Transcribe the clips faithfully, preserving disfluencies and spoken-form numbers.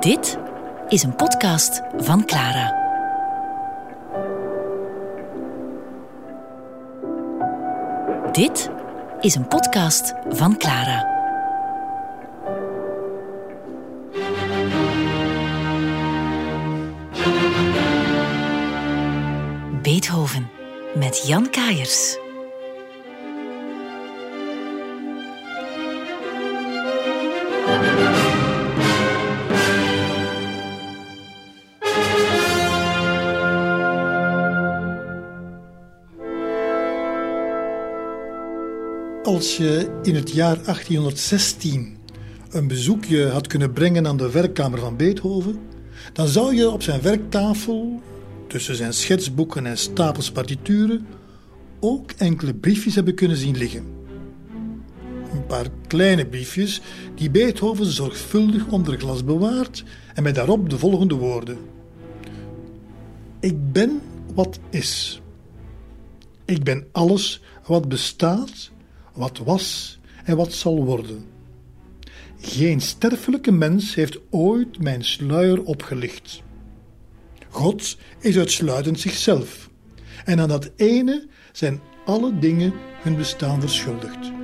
Dit is een podcast van Clara. Dit is een podcast van Clara. Beethoven met Jan Kaiers. Als je in het jaar achttienhonderdzestien een bezoekje had kunnen brengen aan de werkkamer van Beethoven, dan zou je op zijn werktafel, tussen zijn schetsboeken en stapels partituren, ook enkele briefjes hebben kunnen zien liggen. Een paar kleine briefjes die Beethoven zorgvuldig onder glas bewaart en met daarop de volgende woorden. Ik ben wat is. Ik ben alles wat bestaat, wat was en wat zal worden. Geen sterfelijke mens heeft ooit mijn sluier opgelicht. God is uitsluitend zichzelf. En aan dat ene zijn alle dingen hun bestaan verschuldigd.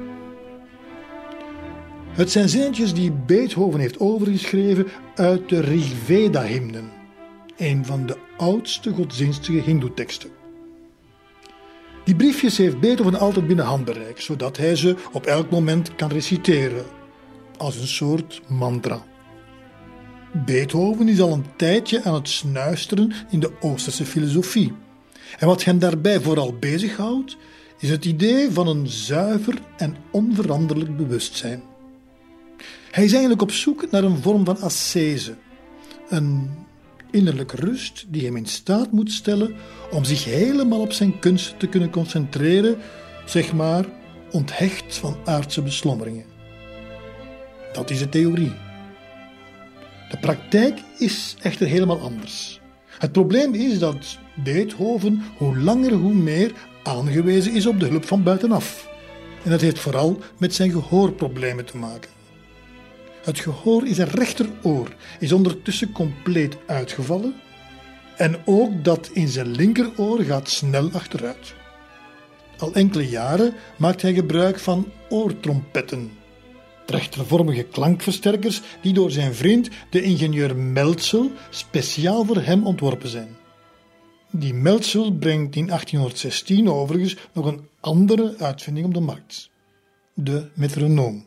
Het zijn zinnetjes die Beethoven heeft overgeschreven uit de Rigveda-hymnen, een van de oudste godsdienstige hindoeteksten. Die briefjes heeft Beethoven altijd binnen handbereik, zodat hij ze op elk moment kan reciteren, als een soort mantra. Beethoven is al een tijdje aan het snuisteren in de Oosterse filosofie. En wat hem daarbij vooral bezighoudt, is het idee van een zuiver en onveranderlijk bewustzijn. Hij is eigenlijk op zoek naar een vorm van ascese, een innerlijke rust die hem in staat moet stellen om zich helemaal op zijn kunst te kunnen concentreren, zeg maar onthecht van aardse beslommeringen. Dat is de theorie. De praktijk is echter helemaal anders. Het probleem is dat Beethoven hoe langer hoe meer aangewezen is op de hulp van buitenaf. En dat heeft vooral met zijn gehoorproblemen te maken. Het gehoor in zijn rechteroor is ondertussen compleet uitgevallen en ook dat in zijn linkeroor gaat snel achteruit. Al enkele jaren maakt hij gebruik van oortrompetten, trechtervormige klankversterkers die door zijn vriend, de ingenieur Melzel, speciaal voor hem ontworpen zijn. Die Melzel brengt in achttienhonderdzestien overigens nog een andere uitvinding op de markt: de metronoom.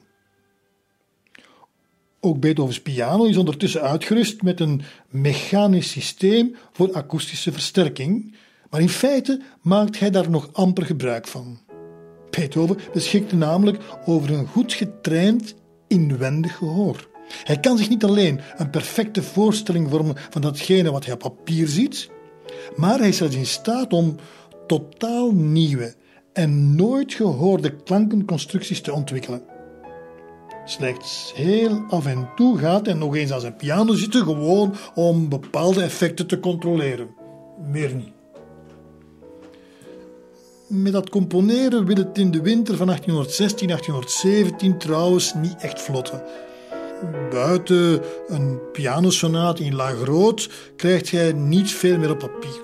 Ook Beethovens piano is ondertussen uitgerust met een mechanisch systeem voor akoestische versterking, maar in feite maakt hij daar nog amper gebruik van. Beethoven beschikte namelijk over een goed getraind inwendig gehoor. Hij kan zich niet alleen een perfecte voorstelling vormen van datgene wat hij op papier ziet, maar hij is zelfs in staat om totaal nieuwe en nooit gehoorde klankenconstructies te ontwikkelen. Slechts heel af en toe gaat hij nog eens aan zijn piano zitten, gewoon om bepaalde effecten te controleren. Meer niet. Met dat componeren wil het in de winter van achttienhonderdzestien achttienhonderdzeventien trouwens niet echt vlotten. Buiten een pianosonate in laag rood krijgt hij niet veel meer op papier.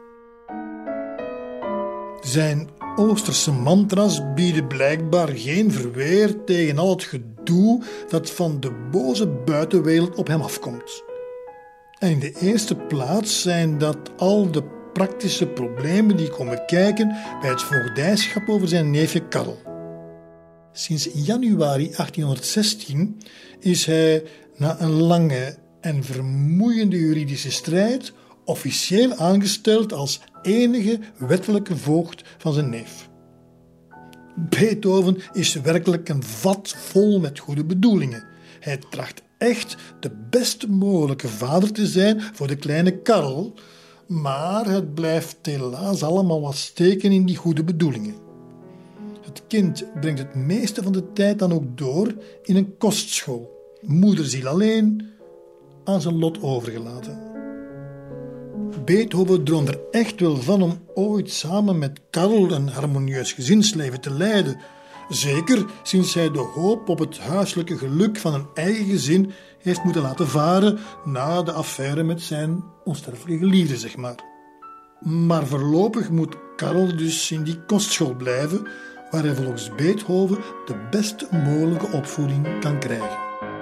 Zijn Oosterse mantra's bieden blijkbaar geen verweer tegen al het gedoe dat van de boze buitenwereld op hem afkomt. En in de eerste plaats zijn dat al de praktische problemen die komen kijken bij het voogdijschap over zijn neefje Karl. Sinds januari achttienhonderdzestien is hij na een lange en vermoeiende juridische strijd officieel aangesteld als enige wettelijke voogd van zijn neef. Beethoven is werkelijk een vat vol met goede bedoelingen. Hij tracht echt de best mogelijke vader te zijn voor de kleine Karl, maar het blijft helaas allemaal wat steken in die goede bedoelingen. Het kind brengt het meeste van de tijd dan ook door in een kostschool. Moederziel alleen, aan zijn lot overgelaten. Beethoven droomde er echt wel van om ooit samen met Karl een harmonieus gezinsleven te leiden. Zeker sinds hij de hoop op het huiselijke geluk van een eigen gezin heeft moeten laten varen na de affaire met zijn onsterfelijke geliefde, zeg maar. Maar voorlopig moet Karel dus in die kostschool blijven, waar hij volgens Beethoven de beste mogelijke opvoeding kan krijgen.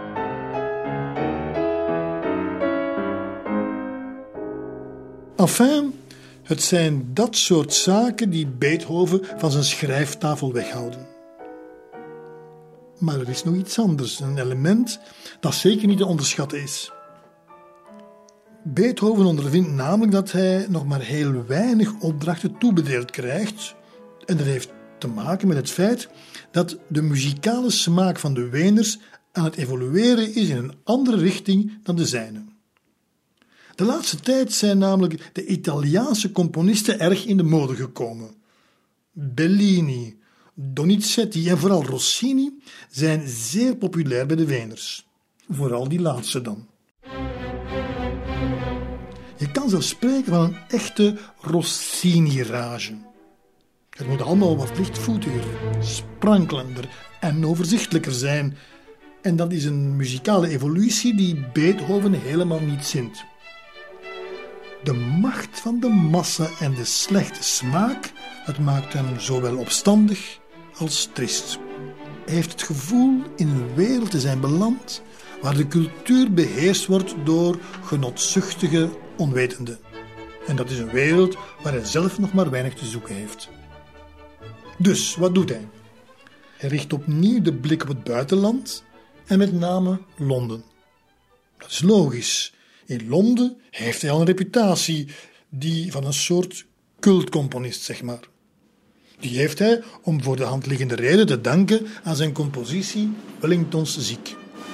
Enfin, het zijn dat soort zaken die Beethoven van zijn schrijftafel weghouden. Maar er is nog iets anders, een element dat zeker niet te onderschatten is. Beethoven ondervindt namelijk dat hij nog maar heel weinig opdrachten toebedeeld krijgt. En dat heeft te maken met het feit dat de muzikale smaak van de Weners aan het evolueren is in een andere richting dan de zijne. De laatste tijd zijn namelijk de Italiaanse componisten erg in de mode gekomen. Bellini, Donizetti en vooral Rossini zijn zeer populair bij de Weners. Vooral die laatste dan. Je kan zelfs spreken van een echte Rossini-rage. Het moet allemaal wat lichtvoetiger, sprankelender en overzichtelijker zijn. En dat is een muzikale evolutie die Beethoven helemaal niet zint. De macht van de massa en de slechte smaak, het maakt hem zowel opstandig als triest. Hij heeft het gevoel in een wereld te zijn beland waar de cultuur beheerst wordt door genotzuchtige onwetenden. En dat is een wereld waar hij zelf nog maar weinig te zoeken heeft. Dus, wat doet hij? Hij richt opnieuw de blik op het buitenland en met name Londen. Dat is logisch. In Londen heeft hij al een reputatie, die van een soort cultcomponist, zeg maar. Die heeft hij om voor de hand liggende reden te danken aan zijn compositie Wellingtons Ziek.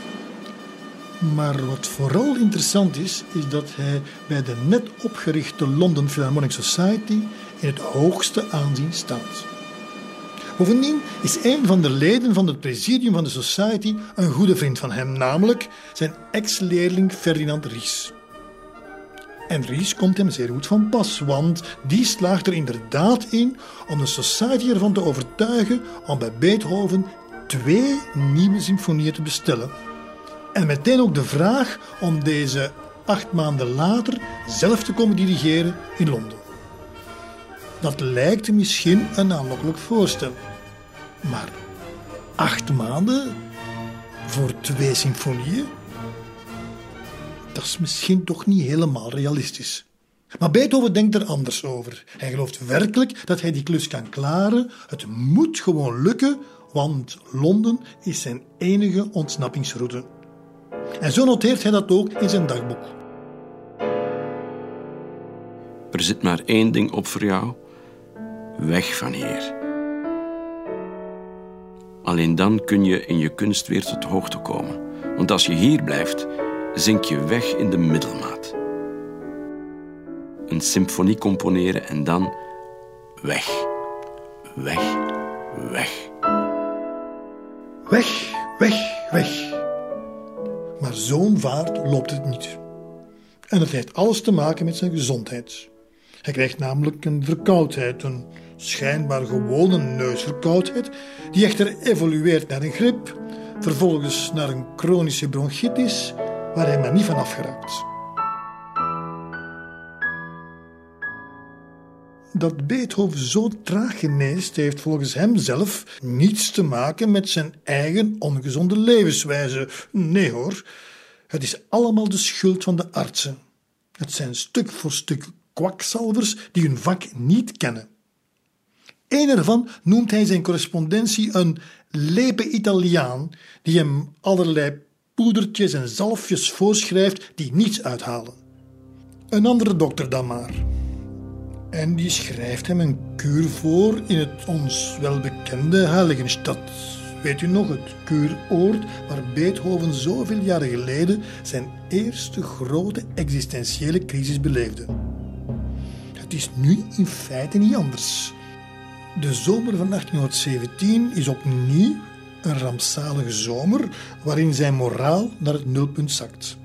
Maar wat vooral interessant is, is dat hij bij de net opgerichte London Philharmonic Society in het hoogste aanzien staat. Bovendien is een van de leden van het presidium van de Society een goede vriend van hem, namelijk zijn ex-leerling Ferdinand Ries. En Ries komt hem zeer goed van pas, want die slaagt er inderdaad in om de Society ervan te overtuigen om bij Beethoven twee nieuwe symfonieën te bestellen. En meteen ook de vraag om deze acht maanden later zelf te komen dirigeren in Londen. Dat lijkt misschien een aanlokkelijk voorstel. Maar acht maanden voor twee symfonieën? Dat is misschien toch niet helemaal realistisch. Maar Beethoven denkt er anders over. Hij gelooft werkelijk dat hij die klus kan klaren. Het moet gewoon lukken, want Londen is zijn enige ontsnappingsroute. En zo noteert hij dat ook in zijn dagboek. Er zit maar één ding op voor jou. Weg van hier. Alleen dan kun je in je kunst weer tot hoogte komen. Want als je hier blijft, zink je weg in de middelmaat. Een symfonie componeren en dan weg. Weg. Weg. Weg, weg, weg. Maar zo'n vaart loopt het niet. En het heeft alles te maken met zijn gezondheid. Hij krijgt namelijk een verkoudheid, een schijnbaar gewone neusverkoudheid, die echter evolueert naar een griep, vervolgens naar een chronische bronchitis, waar hij maar niet van afgeraakt. Dat Beethoven zo traag geneest, heeft volgens hem zelf niets te maken met zijn eigen ongezonde levenswijze. Nee hoor, het is allemaal de schuld van de artsen. Het zijn stuk voor stuk kwakzalvers die hun vak niet kennen. Eén ervan noemt hij zijn correspondentie een lepe Italiaan, die hem allerlei poedertjes en zalfjes voorschrijft die niets uithalen. Een andere dokter dan maar. En die schrijft hem een kuur voor in het ons welbekende Heiligenstad. Weet u nog, het kuuroord waar Beethoven zoveel jaren geleden zijn eerste grote existentiële crisis beleefde. Het is nu in feite niet anders. De zomer van achttienhonderdzeventien is opnieuw een rampzalige zomer waarin zijn moraal naar het nulpunt zakt.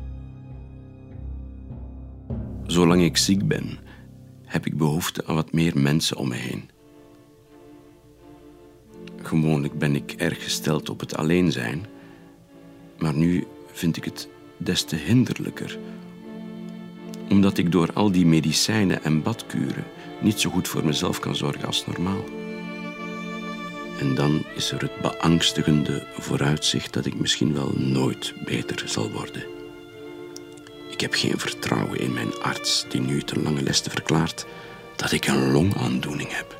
Zolang ik ziek ben, heb ik behoefte aan wat meer mensen om me heen. Gewoonlijk ben ik erg gesteld op het alleen zijn, maar nu vind ik het des te hinderlijker, omdat ik door al die medicijnen en badkuren niet zo goed voor mezelf kan zorgen als normaal. En dan is er het beangstigende vooruitzicht dat ik misschien wel nooit beter zal worden. Ik heb geen vertrouwen in mijn arts, die nu ten lange leste verklaart dat ik een longaandoening heb.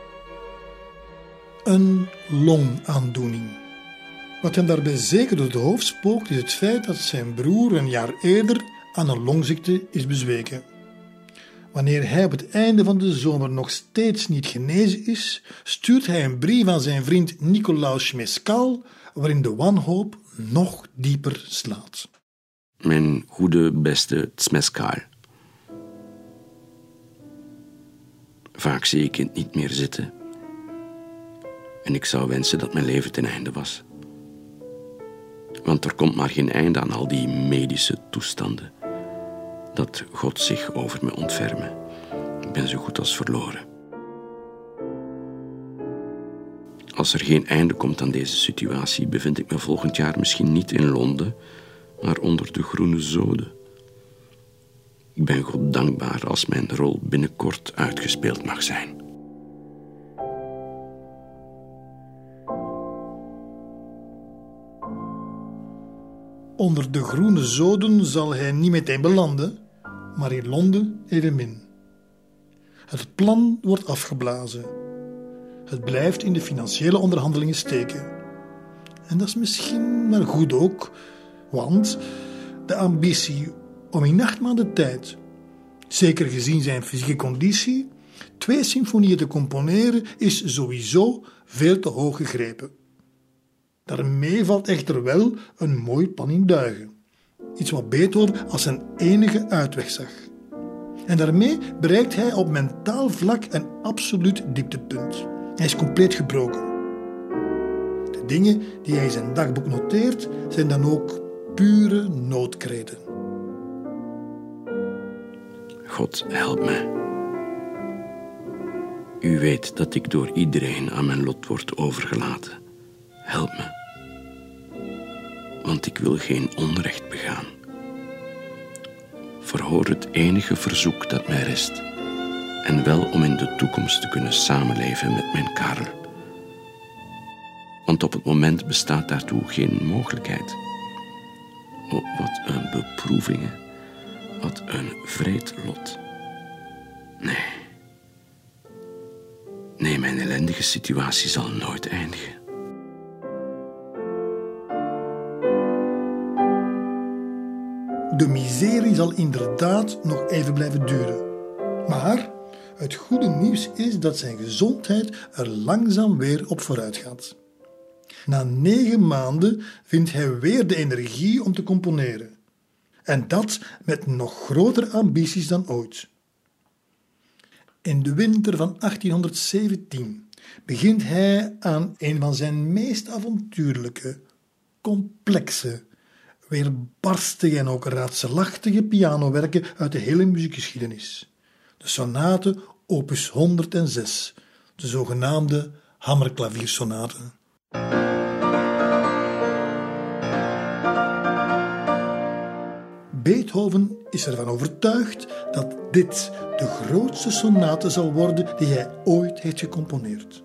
Een longaandoening. Wat hem daarbij zeker door het hoofd spookt, is het feit dat zijn broer een jaar eerder aan een longziekte is bezweken. Wanneer hij op het einde van de zomer nog steeds niet genezen is, stuurt hij een brief aan zijn vriend Nicolaus Mescal, waarin de wanhoop nog dieper slaat. Mijn goede, beste Zmeskal. Vaak zie ik het niet meer zitten. En ik zou wensen dat mijn leven ten einde was. Want er komt maar geen einde aan al die medische toestanden. Dat God zich over me ontferme. Ik ben zo goed als verloren. Als er geen einde komt aan deze situatie, bevind ik me volgend jaar misschien niet in Londen, maar onder de groene zoden. Ik ben God dankbaar als mijn rol binnenkort uitgespeeld mag zijn. Onder de groene zoden zal hij niet meteen belanden, maar in Londen evenmin. Het plan wordt afgeblazen. Het blijft in de financiële onderhandelingen steken. En dat is misschien maar goed ook, want de ambitie om in acht maanden tijd, zeker gezien zijn fysieke conditie, twee symfonieën te componeren is sowieso veel te hoog gegrepen. Daarmee valt echter wel een mooi pan in duigen. Iets wat Beethoven als zijn enige uitweg zag. En daarmee bereikt hij op mentaal vlak een absoluut dieptepunt. Hij is compleet gebroken. De dingen die hij in zijn dagboek noteert, zijn dan ook pure noodkreten. God, help mij. U weet dat ik door iedereen aan mijn lot word overgelaten. Help me. Want ik wil geen onrecht begaan. Verhoor het enige verzoek dat mij rest. En wel om in de toekomst te kunnen samenleven met mijn Karel. Want op het moment bestaat daartoe geen mogelijkheid. Oh, wat een beproevingen. Wat een wreed lot. Nee. Nee, mijn ellendige situatie zal nooit eindigen. De miserie zal inderdaad nog even blijven duren. Maar het goede nieuws is dat zijn gezondheid er langzaam weer op vooruit gaat. Na negen maanden vindt hij weer de energie om te componeren. En dat met nog grotere ambities dan ooit. In de winter van achttienhonderdzeventien begint hij aan een van zijn meest avontuurlijke, complexe, weerbarstige en ook raadselachtige pianowerken uit de hele muziekgeschiedenis. De sonate opus honderdzes, de zogenaamde hammerklaviersonate. Beethoven is ervan overtuigd dat dit de grootste sonate zal worden die hij ooit heeft gecomponeerd.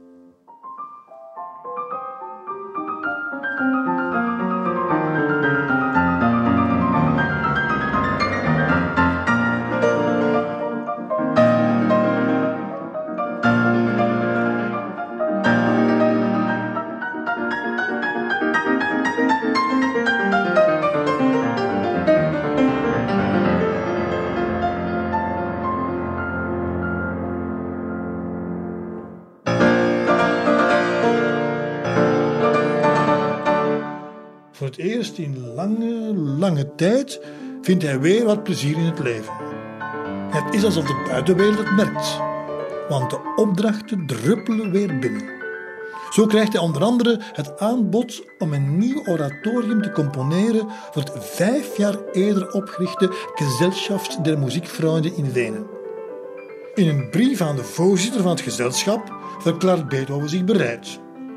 Voor het eerst in lange, lange tijd vindt hij weer wat plezier in het leven. Het is alsof de buitenwereld het merkt, want de opdrachten druppelen weer binnen. Zo krijgt hij onder andere het aanbod om een nieuw oratorium te componeren voor het vijf jaar eerder opgerichte Gesellschaft der Musikfreunde in Wenen. In een brief aan de voorzitter van het gezelschap verklaart Beethoven zich bereid.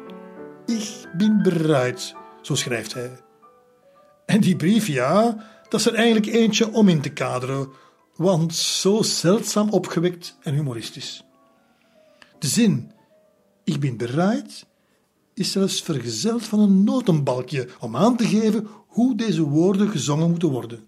Ich bin bereit, zo schrijft hij. En die brief, ja, dat is er eigenlijk eentje om in te kaderen, want zo zeldzaam opgewekt en humoristisch. De zin, ik ben bereit, is zelfs vergezeld van een notenbalkje om aan te geven hoe deze woorden gezongen moeten worden.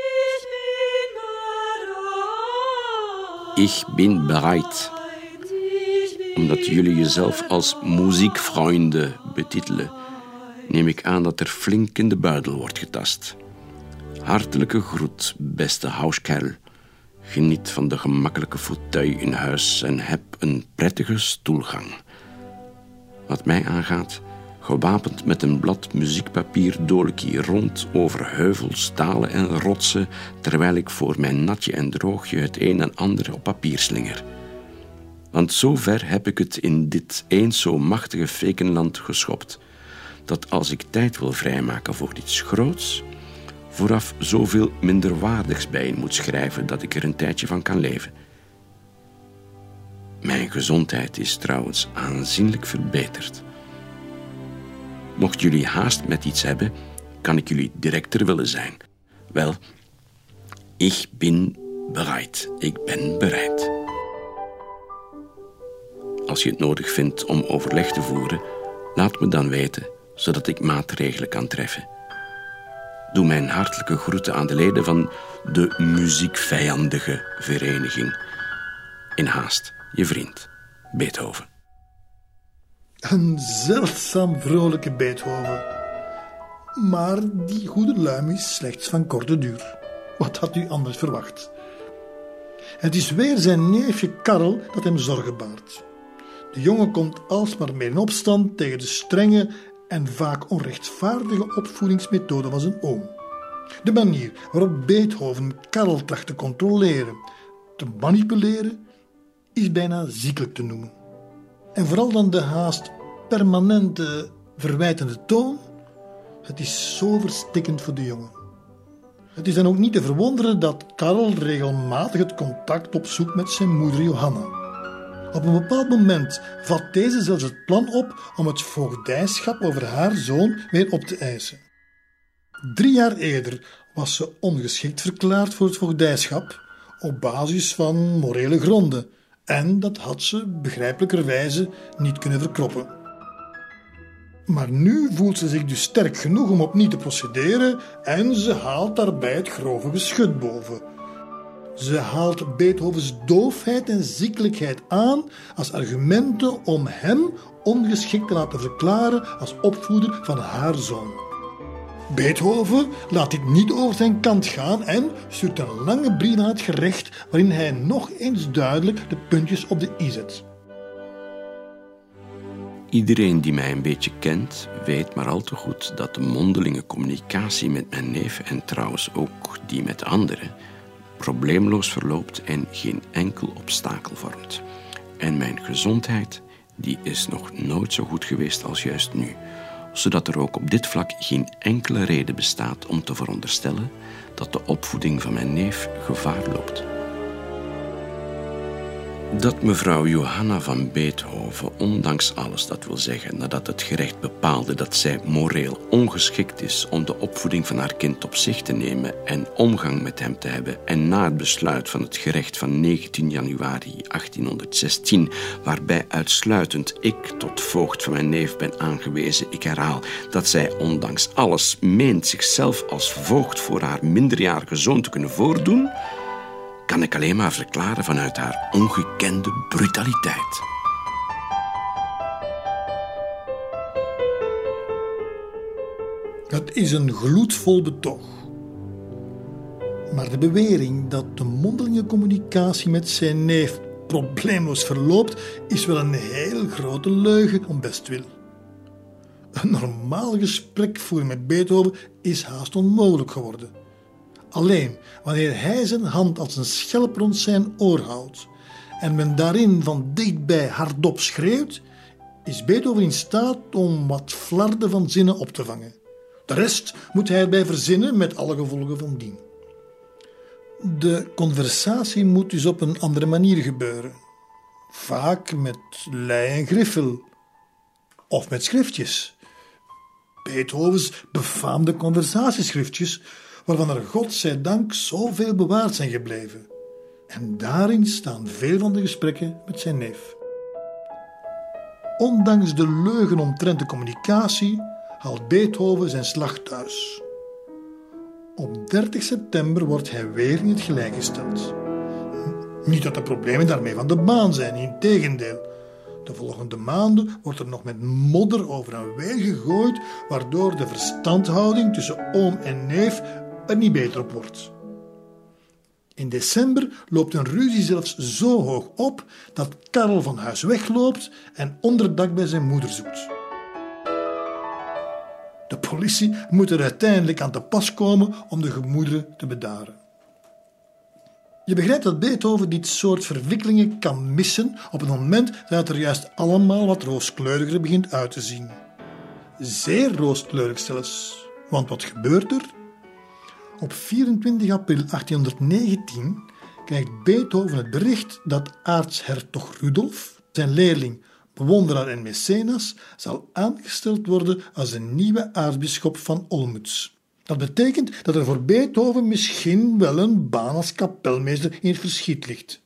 Ich bin bereit. Omdat jullie jezelf als muziekvrienden betitelen, neem ik aan dat er flink in de buidel wordt getast. Hartelijke groet, beste huiskerel. Geniet van de gemakkelijke fauteuil in huis en heb een prettige stoelgang. Wat mij aangaat, gewapend met een blad muziekpapier dool ik hier rond over heuvels, dalen en rotsen, terwijl ik voor mijn natje en droogje het een en ander op papier slinger. Want zover heb ik het in dit eens zo machtige fekenland geschopt, dat als ik tijd wil vrijmaken voor iets groots, vooraf zoveel minderwaardigs bij in moet schrijven dat ik er een tijdje van kan leven. Mijn gezondheid is trouwens aanzienlijk verbeterd. Mocht jullie haast met iets hebben, kan ik jullie directer willen zijn. Wel, ik ben bereid. Ik ben bereid. Als je het nodig vindt om overleg te voeren, laat me dan weten, zodat ik maatregelen kan treffen. Doe mijn hartelijke groeten aan de leden van de muziekvijandige vereniging. In haast, je vriend, Beethoven. Een zeldzaam vrolijke Beethoven. Maar die goede luim is slechts van korte duur. Wat had u anders verwacht? Het is weer zijn neefje Karel dat hem zorgen baart. De jongen komt alsmaar meer in opstand tegen de strenge en vaak onrechtvaardige opvoedingsmethode van zijn oom. De manier waarop Beethoven Karel tracht te controleren, te manipuleren, is bijna ziekelijk te noemen. En vooral dan de haast permanente verwijtende toon, het is zo verstikkend voor de jongen. Het is dan ook niet te verwonderen dat Karel regelmatig het contact opzoekt met zijn moeder Johanna. Op een bepaald moment vat deze zelfs het plan op om het voogdijschap over haar zoon weer op te eisen. Drie jaar eerder was ze ongeschikt verklaard voor het voogdijschap op basis van morele gronden en dat had ze begrijpelijkerwijze niet kunnen verkroppen. Maar nu voelt ze zich dus sterk genoeg om opnieuw te procederen en ze haalt daarbij het grove geschut boven. Ze haalt Beethovens doofheid en ziekelijkheid aan als argumenten om hem ongeschikt te laten verklaren als opvoeder van haar zoon. Beethoven laat dit niet over zijn kant gaan en stuurt een lange brief aan het gerecht waarin hij nog eens duidelijk de puntjes op de i zet. Iedereen die mij een beetje kent, weet maar al te goed dat de mondelinge communicatie met mijn neef en trouwens ook die met anderen probleemloos verloopt en geen enkel obstakel vormt. En mijn gezondheid, die is nog nooit zo goed geweest als juist nu, zodat er ook op dit vlak geen enkele reden bestaat om te veronderstellen dat de opvoeding van mijn neef gevaar loopt. Dat mevrouw Johanna van Beethoven, ondanks alles, dat wil zeggen nadat het gerecht bepaalde dat zij moreel ongeschikt is om de opvoeding van haar kind op zich te nemen en omgang met hem te hebben, en na het besluit van het gerecht van negentien januari achttienhonderdzestien, waarbij uitsluitend ik tot voogd van mijn neef ben aangewezen, ik herhaal, dat zij ondanks alles meent zichzelf als voogd voor haar minderjarige zoon te kunnen voordoen, kan ik alleen maar verklaren vanuit haar ongekende brutaliteit. Het is een gloedvol betoog. Maar de bewering dat de mondelinge communicatie met zijn neef probleemloos verloopt, is wel een heel grote leugen om bestwil. Een normaal gesprek voeren met Beethoven is haast onmogelijk geworden. Alleen wanneer hij zijn hand als een schelp rond zijn oor houdt en men daarin van dichtbij hardop schreeuwt, is Beethoven in staat om wat flarden van zinnen op te vangen. De rest moet hij erbij verzinnen met alle gevolgen van dien. De conversatie moet dus op een andere manier gebeuren. Vaak met lei en griffel. of met schriftjes. Beethovens befaamde conversatieschriftjes, waarvan er godzijdank zoveel bewaard zijn gebleven. En daarin staan veel van de gesprekken met zijn neef. Ondanks de leugen omtrent de communicatie haalt Beethoven zijn slag thuis. Op dertig september wordt hij weer in het gelijk gesteld. Niet dat de problemen daarmee van de baan zijn, integendeel. De volgende maanden wordt er nog met modder over en weer gegooid, waardoor de verstandhouding tussen oom en neef er niet beter op wordt. In december loopt een ruzie zelfs zo hoog op dat Karel van huis wegloopt en onderdak bij zijn moeder zoekt. De politie moet er uiteindelijk aan te pas komen om de gemoederen te bedaren. Je begrijpt dat Beethoven dit soort verwikkelingen kan missen op het moment dat het er juist allemaal wat rooskleuriger begint uit te zien. Zeer rooskleurig zelfs, want wat gebeurt er? Op vierentwintig april achttienhonderdnegentien krijgt Beethoven het bericht dat aartshertog Rudolf, zijn leerling, bewonderaar en mecenas, zal aangesteld worden als de nieuwe aartsbisschop van Olmütz. Dat betekent dat er voor Beethoven misschien wel een baan als kapelmeester in het verschiet ligt.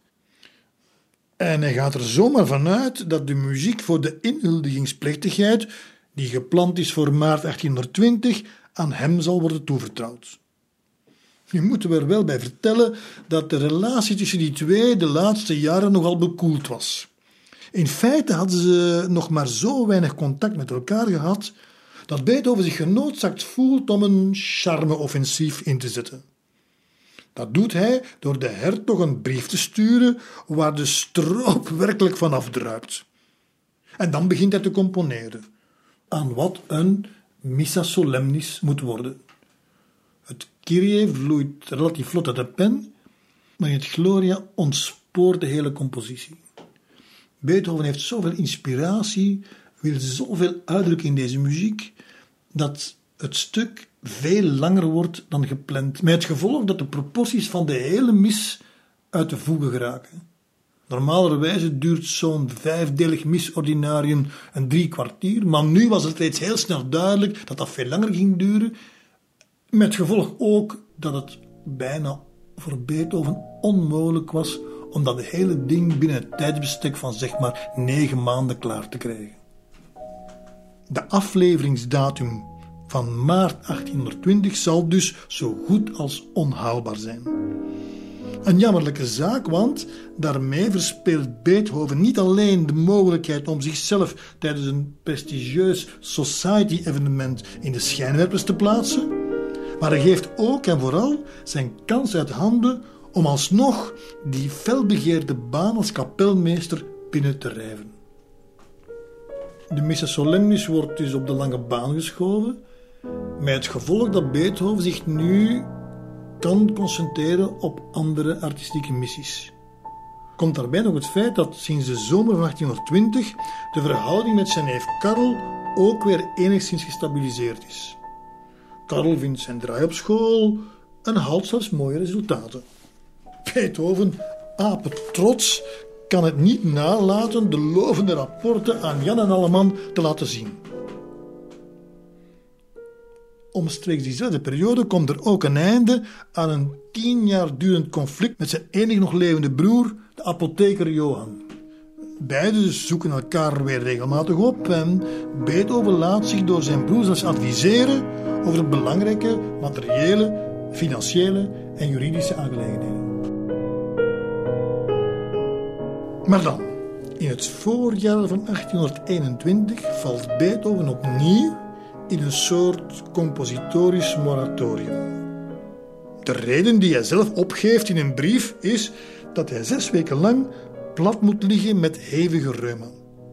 En hij gaat er zomaar vanuit dat de muziek voor de inhuldigingsplechtigheid, die gepland is voor maart achttienhonderdtwintig, aan hem zal worden toevertrouwd. Nu moeten we er wel bij vertellen dat de relatie tussen die twee de laatste jaren nogal bekoeld was. In feite hadden ze nog maar zo weinig contact met elkaar gehad dat Beethoven zich genoodzaakt voelt om een charme-offensief in te zetten. Dat doet hij door de hertog een brief te sturen waar de stroop werkelijk van afdruipt. En dan begint hij te componeren aan wat een missa solemnis moet worden. Het Kyrie vloeit relatief vlot uit de pen, maar in het Gloria ontspoort de hele compositie. Beethoven heeft zoveel inspiratie, wil zoveel uitdrukken in deze muziek, dat het stuk veel langer wordt dan gepland, met het gevolg dat de proporties van de hele mis uit de voegen geraken. Normalerwijze duurt zo'n vijfdelig misordinarium een drie kwartier, maar nu was het reeds heel snel duidelijk dat dat veel langer ging duren, met het gevolg ook dat het bijna voor Beethoven onmogelijk was om dat hele ding binnen het tijdsbestek van zeg maar negen maanden klaar te krijgen. De afleveringsdatum van maart achttienhonderdtwintig zal dus zo goed als onhaalbaar zijn. Een jammerlijke zaak, want daarmee verspeelt Beethoven niet alleen de mogelijkheid om zichzelf tijdens een prestigieus society-evenement in de schijnwerpers te plaatsen, maar hij geeft ook en vooral zijn kans uit handen om alsnog die felbegeerde baan als kapelmeester binnen te rijven. De Missa Solemnis wordt dus op de lange baan geschoven, met het gevolg dat Beethoven zich nu kan concentreren op andere artistieke missies. Komt daarbij nog het feit dat sinds de zomer van achttienhonderdtwintig de verhouding met zijn neef Karel ook weer enigszins gestabiliseerd is. Karel vindt zijn draai op school en haalt zelfs mooie resultaten. Beethoven, apetrots, kan het niet nalaten de lovende rapporten aan Jan en Alleman te laten zien. Omstreeks diezelfde periode komt er ook een einde aan een tien jaar durend conflict met zijn enig nog levende broer, de apotheker Johan. Beiden zoeken elkaar weer regelmatig op en Beethoven laat zich door zijn broer zelfs adviseren over belangrijke materiële, financiële en juridische aangelegenheden. Maar dan, in het voorjaar van achttienhonderdeenentwintig valt Beethoven opnieuw in een soort compositorisch moratorium. De reden die hij zelf opgeeft in een brief is dat hij zes weken lang plat moet liggen met hevige reuma.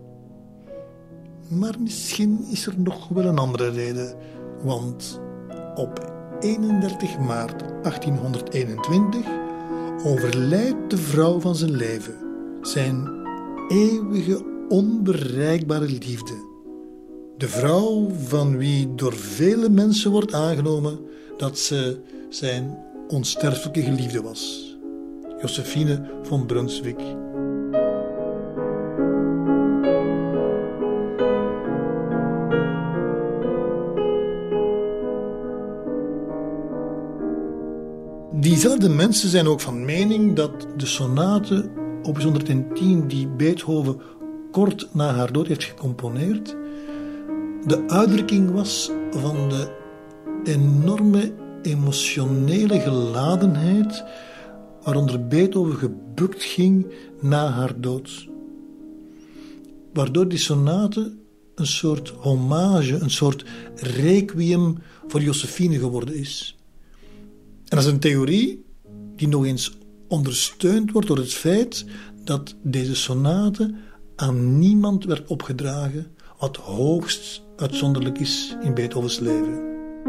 Maar misschien is er nog wel een andere reden, want op eenendertig maart achttienhonderdeenentwintig overlijdt de vrouw van zijn leven, zijn eeuwige onbereikbare liefde. De vrouw van wie door vele mensen wordt aangenomen dat ze zijn onsterfelijke geliefde was. Josephine von Brunswick. Diezelfde mensen zijn ook van mening dat de sonate opus honderdtien die Beethoven kort na haar dood heeft gecomponeerd, de uitdrukking was van de enorme emotionele geladenheid waaronder Beethoven gebukt ging na haar dood. Waardoor die sonate een soort hommage, een soort requiem voor Josephine geworden is. En dat is een theorie die nog eens ondersteund wordt door het feit dat deze sonate aan niemand werd opgedragen, wat hoogst uitzonderlijk is in Beethovens leven.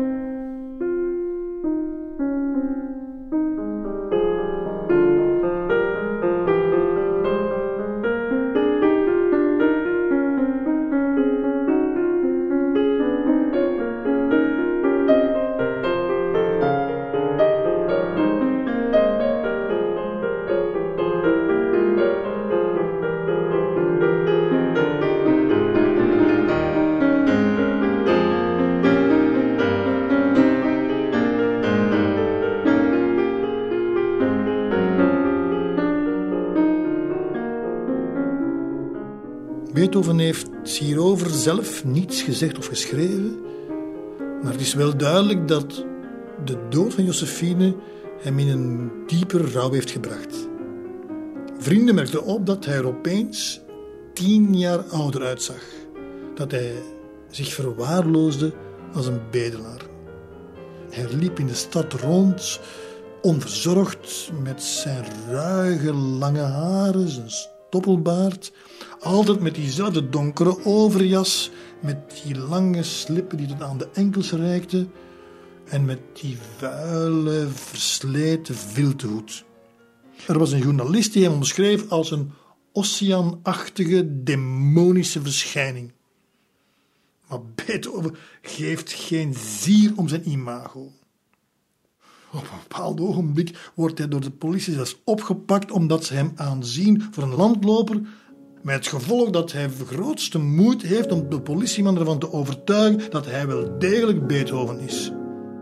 Beethoven heeft hierover zelf niets gezegd of geschreven, maar het is wel duidelijk dat de dood van Josephine hem in een diepe rouw heeft gebracht. Vrienden merkten op dat hij er opeens tien jaar ouder uitzag, dat hij zich verwaarloosde als een bedelaar. Hij liep in de stad rond, onverzorgd, met zijn ruige lange haren, zijn stoppelbaard, altijd met diezelfde donkere overjas, met die lange slippen die tot aan de enkels reikten en met die vuile, versleten viltenhoed. Er was een journalist die hem omschreef als een Ossian-achtige, demonische verschijning. Maar Beethoven geeft geen zier om zijn imago. Op een bepaald ogenblik wordt hij door de politie zelfs opgepakt omdat ze hem aanzien voor een landloper, met het gevolg dat hij de grootste moeite heeft om de politieman ervan te overtuigen dat hij wel degelijk Beethoven is.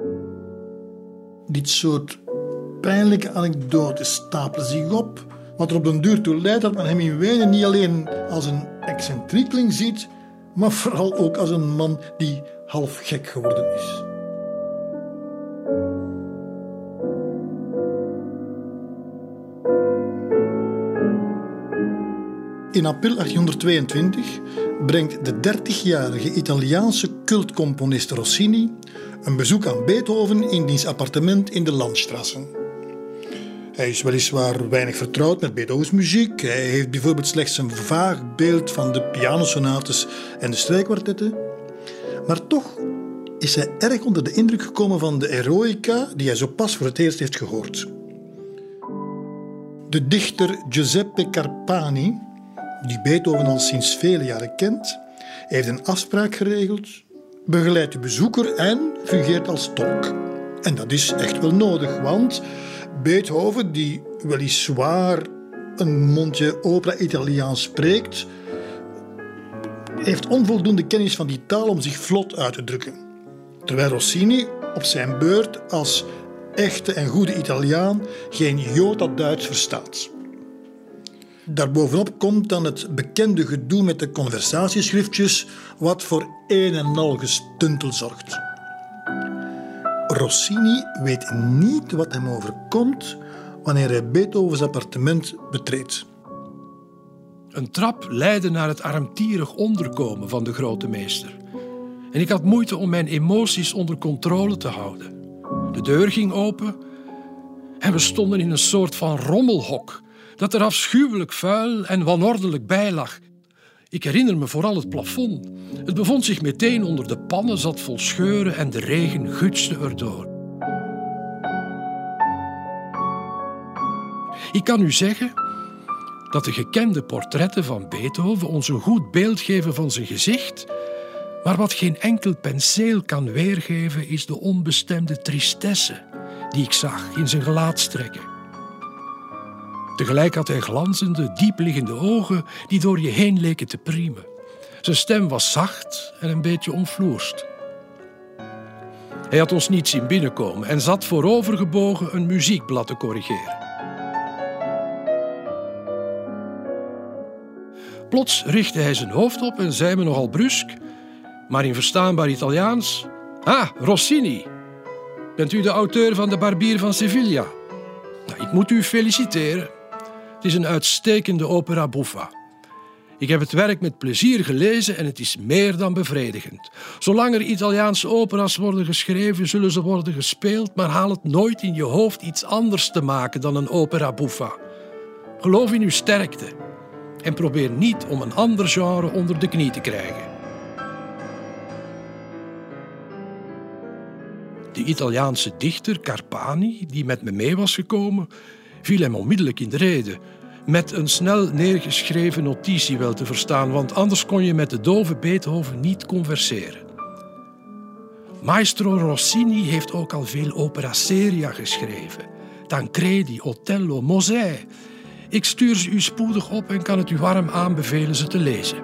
Dit soort pijnlijke anekdotes stapelen zich op, wat er op den duur toe leidt dat men hem in Wenen niet alleen als een excentriekeling ziet, maar vooral ook als een man die half gek geworden is. In april achttienhonderdtweeëntwintig brengt de dertigjarige Italiaanse cultcomponist Rossini een bezoek aan Beethoven in diens appartement in de Landstrasse. Hij is weliswaar weinig vertrouwd met Beethovens muziek. Hij heeft bijvoorbeeld slechts een vaag beeld van de pianosonates en de strijkkwartetten. Maar toch is hij erg onder de indruk gekomen van de eroica die hij zo pas voor het eerst heeft gehoord. De dichter Giuseppe Carpani, die Beethoven al sinds vele jaren kent, heeft een afspraak geregeld, begeleidt de bezoeker en fungeert als tolk. En dat is echt wel nodig, want Beethoven, die weliswaar een mondje opera-Italiaans spreekt, heeft onvoldoende kennis van die taal om zich vlot uit te drukken. Terwijl Rossini op zijn beurt als echte en goede Italiaan geen jota Duits verstaat. Daarbovenop komt dan het bekende gedoe met de conversatieschriftjes, wat voor een en al gestuntel zorgt. Rossini weet niet wat hem overkomt wanneer hij Beethovens appartement betreedt. Een trap leidde naar het armtierig onderkomen van de grote meester. En ik had moeite om mijn emoties onder controle te houden. De deur ging open en we stonden in een soort van rommelhok dat er afschuwelijk vuil en wanordelijk bij lag. Ik herinner me vooral het plafond. Het bevond zich meteen onder de pannen, zat vol scheuren en de regen gutste erdoor. Ik kan u zeggen dat de gekende portretten van Beethoven ons een goed beeld geven van zijn gezicht, maar wat geen enkel penseel kan weergeven is de onbestemde tristesse die ik zag in zijn gelaatstrekken. Tegelijk had hij glanzende, diepliggende ogen die door je heen leken te priemen. Zijn stem was zacht en een beetje omvloerst. Hij had ons niet zien binnenkomen en zat voorovergebogen een muziekblad te corrigeren. Plots richtte hij zijn hoofd op en zei me nogal brusk, maar in verstaanbaar Italiaans: "Ah, Rossini. Bent u de auteur van De Barbier van Sevilla? Nou, ik moet u feliciteren. Het is een uitstekende opera buffa. Ik heb het werk met plezier gelezen en het is meer dan bevredigend. Zolang er Italiaanse opera's worden geschreven, zullen ze worden gespeeld, maar haal het nooit in je hoofd iets anders te maken dan een opera buffa. Geloof in uw sterkte en probeer niet om een ander genre onder de knie te krijgen." De Italiaanse dichter Carpani, die met me mee was gekomen, viel hem onmiddellijk in de rede. Met een snel neergeschreven notitie wel te verstaan, want anders kon je met de dove Beethoven niet converseren. Maestro Rossini heeft ook al veel opera seria geschreven. Tancredi, Otello, Mosè. Ik stuur ze u spoedig op en kan het u warm aanbevelen ze te lezen.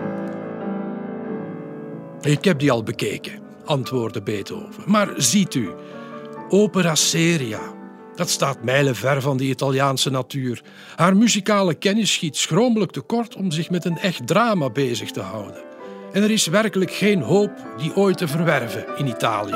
Ik heb die al bekeken, antwoordde Beethoven. Maar ziet u, opera seria, dat staat mijlenver van de Italiaanse natuur. Haar muzikale kennis schiet schromelijk tekort om zich met een echt drama bezig te houden. En er is werkelijk geen hoop die ooit te verwerven in Italië.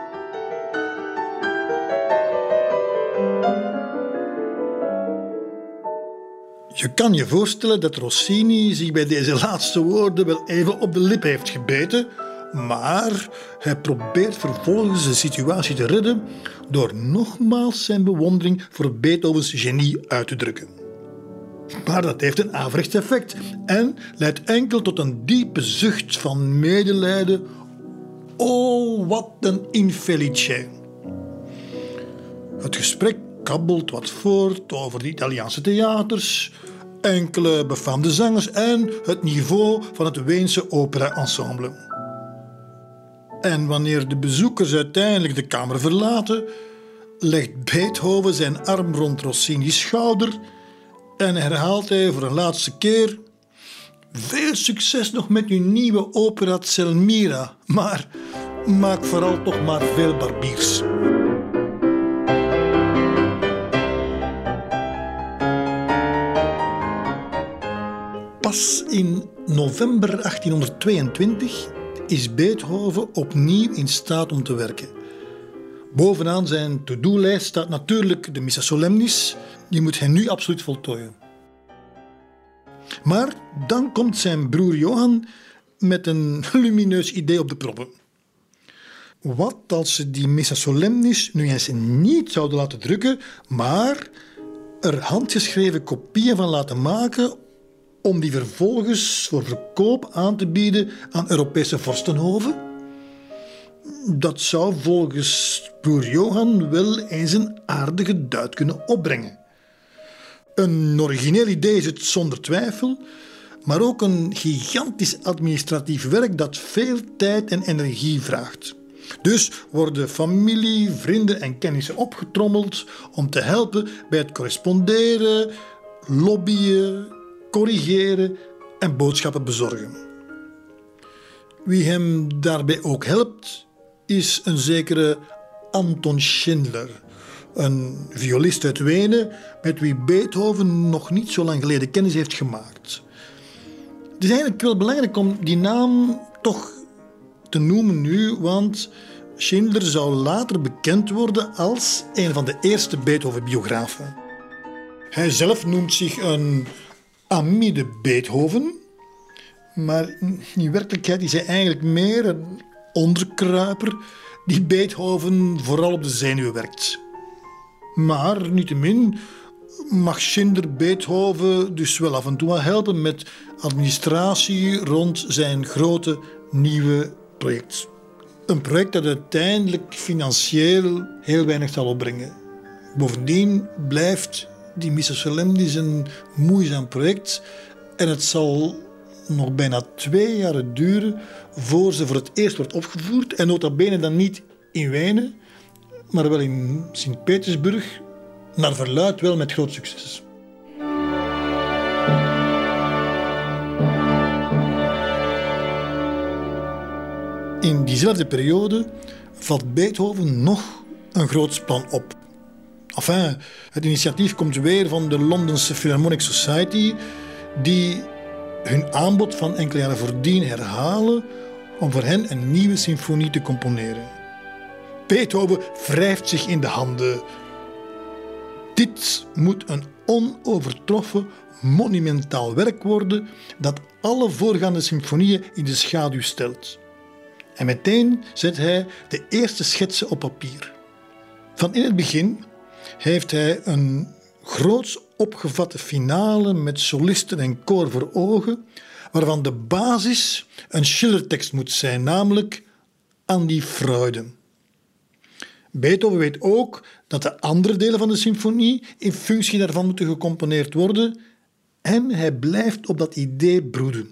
Je kan je voorstellen dat Rossini zich bij deze laatste woorden wel even op de lip heeft gebeten, maar hij probeert vervolgens de situatie te redden door nogmaals zijn bewondering voor Beethovens genie uit te drukken. Maar dat heeft een averechts effect en leidt enkel tot een diepe zucht van medelijden. Oh, wat een infelice. Het gesprek kabbelt wat voort over de Italiaanse theaters, enkele befaamde zangers en het niveau van het Weense opera-ensemble. En wanneer de bezoekers uiteindelijk de kamer verlaten, legt Beethoven zijn arm rond Rossini's schouder en herhaalt hij voor een laatste keer: "Veel succes nog met uw nieuwe opera Zelmira, maar maak vooral toch maar veel barbiers." Pas in november achttienhonderdtweeëntwintig is Beethoven opnieuw in staat om te werken. Bovenaan zijn to-do-lijst staat natuurlijk de Missa Solemnis. Die moet hij nu absoluut voltooien. Maar dan komt zijn broer Johan met een lumineus idee op de proppen. Wat als ze die Missa Solemnis nu eens niet zouden laten drukken, maar er handgeschreven kopieën van laten maken om die vervolgens voor verkoop aan te bieden aan Europese vorstenhoven? Dat zou volgens broer Johan wel eens een aardige duit kunnen opbrengen. Een origineel idee is het zonder twijfel, maar ook een gigantisch administratief werk dat veel tijd en energie vraagt. Dus worden familie, vrienden en kennissen opgetrommeld om te helpen bij het corresponderen, lobbyen, corrigeren en boodschappen bezorgen. Wie hem daarbij ook helpt, is een zekere Anton Schindler, een violist uit Wenen met wie Beethoven nog niet zo lang geleden kennis heeft gemaakt. Het is eigenlijk wel belangrijk om die naam toch te noemen nu, want Schindler zou later bekend worden als een van de eerste Beethoven-biografen. Hij zelf noemt zich een ami de Beethoven, maar in werkelijkheid is hij eigenlijk meer een onderkruiper die Beethoven vooral op de zenuwen werkt. Maar niettemin mag Schindler Beethoven dus wel af en toe wel helpen met administratie rond zijn grote nieuwe project. Een project dat uiteindelijk financieel heel weinig zal opbrengen. Bovendien blijft die Missa Solemnis een moeizaam project en het zal nog bijna twee jaar duren voor ze voor het eerst wordt opgevoerd en nota bene dan niet in Wenen, maar wel in Sint-Petersburg, naar verluidt wel met groot succes. In diezelfde periode vat Beethoven nog een groots plan op. Enfin, het initiatief komt weer van de Londense Philharmonic Society, die hun aanbod van enkele jaren voordien herhalen om voor hen een nieuwe symfonie te componeren. Beethoven wrijft zich in de handen. Dit moet een onovertroffen, monumentaal werk worden dat alle voorgaande symfonieën in de schaduw stelt. En meteen zet hij de eerste schetsen op papier. Van in het begin heeft hij een groots opgevatte finale met solisten en koor voor ogen, waarvan de basis een Schillertekst moet zijn, namelijk An die Freude. Beethoven weet ook dat de andere delen van de symfonie in functie daarvan moeten gecomponeerd worden en hij blijft op dat idee broeden.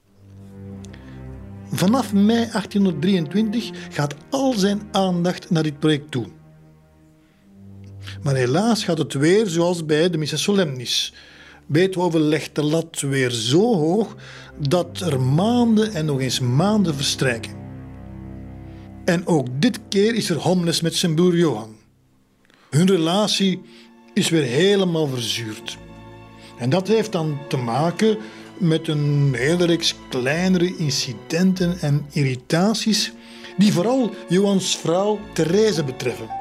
Vanaf mei achttienhonderddrieëntwintig gaat al zijn aandacht naar dit project toe. Maar helaas gaat het weer zoals bij de Missa Solemnis. Beethoven legt de lat weer zo hoog dat er maanden en nog eens maanden verstrijken. En ook dit keer is er hommeles met zijn broer Johann. Hun relatie is weer helemaal verzuurd. En dat heeft dan te maken met een hele reeks kleinere incidenten en irritaties die vooral Johanns vrouw Therese betreffen.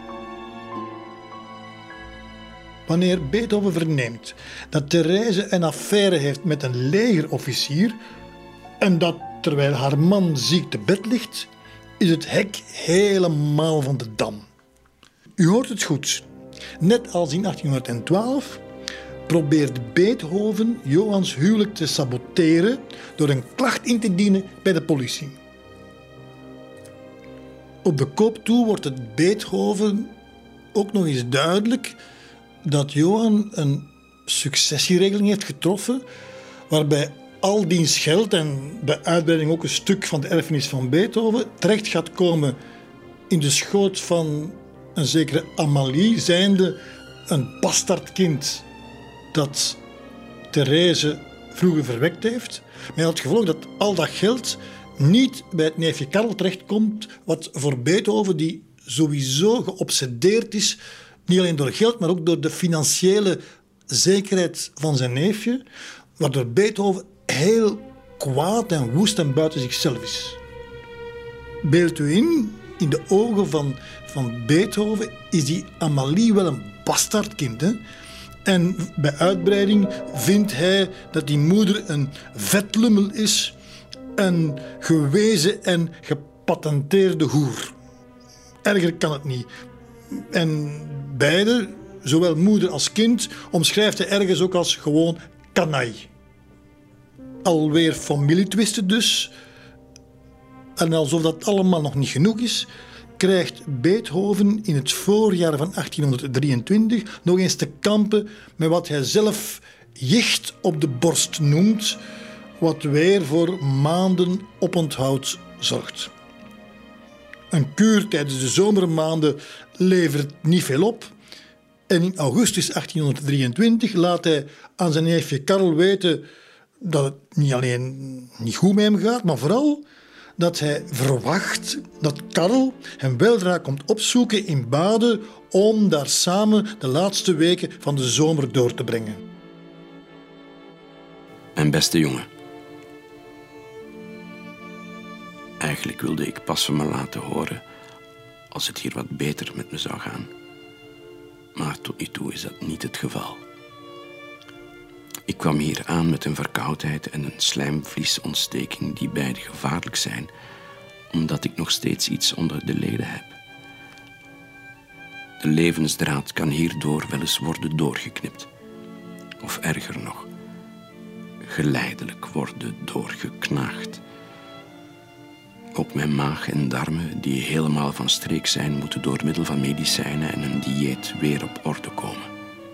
Wanneer Beethoven verneemt dat Therese een affaire heeft met een legerofficier en dat terwijl haar man ziek te bed ligt, is het hek helemaal van de dam. U hoort het goed. Net als in achttienhonderdtwaalf probeert Beethoven Johanns huwelijk te saboteren door een klacht in te dienen bij de politie. Op de koop toe wordt het Beethoven ook nog eens duidelijk dat Johann een successieregeling heeft getroffen waarbij al diens geld en bij uitbreiding ook een stuk van de erfenis van Beethoven terecht gaat komen in de schoot van een zekere Amalie, zijnde een bastaardkind dat Therese vroeger verwekt heeft. Maar hij had het gevolg dat al dat geld niet bij het neefje Karel terechtkomt, wat voor Beethoven, die sowieso geobsedeerd is, niet alleen door geld, maar ook door de financiële zekerheid van zijn neefje, waardoor Beethoven heel kwaad en woest en buiten zichzelf is. Beeld u in, in de ogen van, van Beethoven is die Amalie wel een bastaardkind, hè? En bij uitbreiding vindt hij dat die moeder een vetlummel is, een gewezen en gepatenteerde hoer. Erger kan het niet. En beide, zowel moeder als kind, omschrijft hij ergens ook als gewoon kanaille. Alweer familietwisten dus. En alsof dat allemaal nog niet genoeg is, krijgt Beethoven in het voorjaar van achttienhonderddrieëntwintig nog eens te kampen met wat hij zelf jicht op de borst noemt, wat weer voor maanden oponthoud zorgt. Een kuur tijdens de zomermaanden levert niet veel op en in augustus achttienhonderddrieëntwintig laat hij aan zijn neefje Karel weten dat het niet alleen niet goed met hem gaat, maar vooral dat hij verwacht dat Karel hem weldra komt opzoeken in Baden om daar samen de laatste weken van de zomer door te brengen. Mijn beste jongen. Eigenlijk wilde ik pas van me laten horen als het hier wat beter met me zou gaan. Maar tot nu toe is dat niet het geval. Ik kwam hier aan met een verkoudheid en een slijmvliesontsteking die beide gevaarlijk zijn, omdat ik nog steeds iets onder de leden heb. De levensdraad kan hierdoor wel eens worden doorgeknipt. Of erger nog, geleidelijk worden doorgeknaagd. Ook mijn maag en darmen, die helemaal van streek zijn, moeten door middel van medicijnen en een dieet weer op orde komen.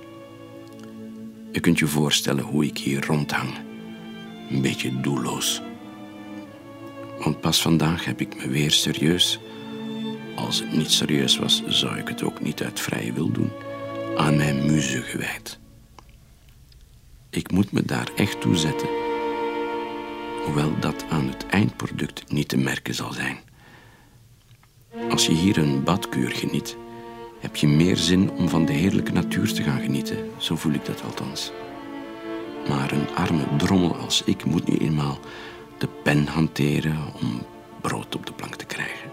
Je kunt je voorstellen hoe ik hier rondhang. Een beetje doelloos. Want pas vandaag heb ik me weer serieus, als het niet serieus was, zou ik het ook niet uit vrije wil doen, aan mijn muze gewijd. Ik moet me daar echt toe zetten. Hoewel dat aan het eindproduct niet te merken zal zijn. Als je hier een badkuur geniet, heb je meer zin om van de heerlijke natuur te gaan genieten. Zo voel ik dat althans. Maar een arme drommel als ik moet nu eenmaal de pen hanteren om brood op de plank te krijgen.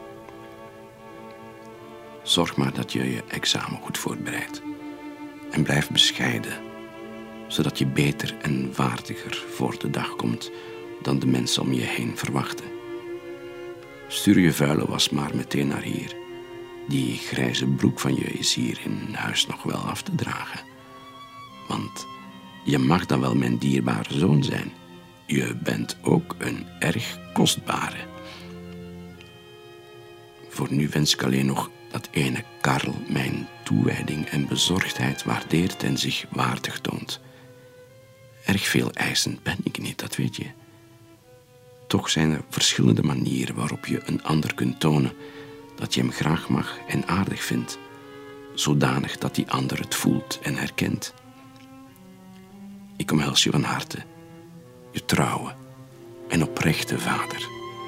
Zorg maar dat je je examen goed voorbereidt. En blijf bescheiden, zodat je beter en vaardiger voor de dag komt dan de mensen om je heen verwachten. Stuur je vuile was maar meteen naar hier. Die grijze broek van je is hier in huis nog wel af te dragen. Want je mag dan wel mijn dierbare zoon zijn. Je bent ook een erg kostbare. Voor nu wens ik alleen nog dat ene Karl mijn toewijding en bezorgdheid waardeert en zich waardig toont. Erg veel eisend ben ik niet, dat weet je. Toch zijn er verschillende manieren waarop je een ander kunt tonen dat je hem graag mag en aardig vindt, zodanig dat die ander het voelt en herkent. Ik omhels je van harte, je trouwe en oprechte vader.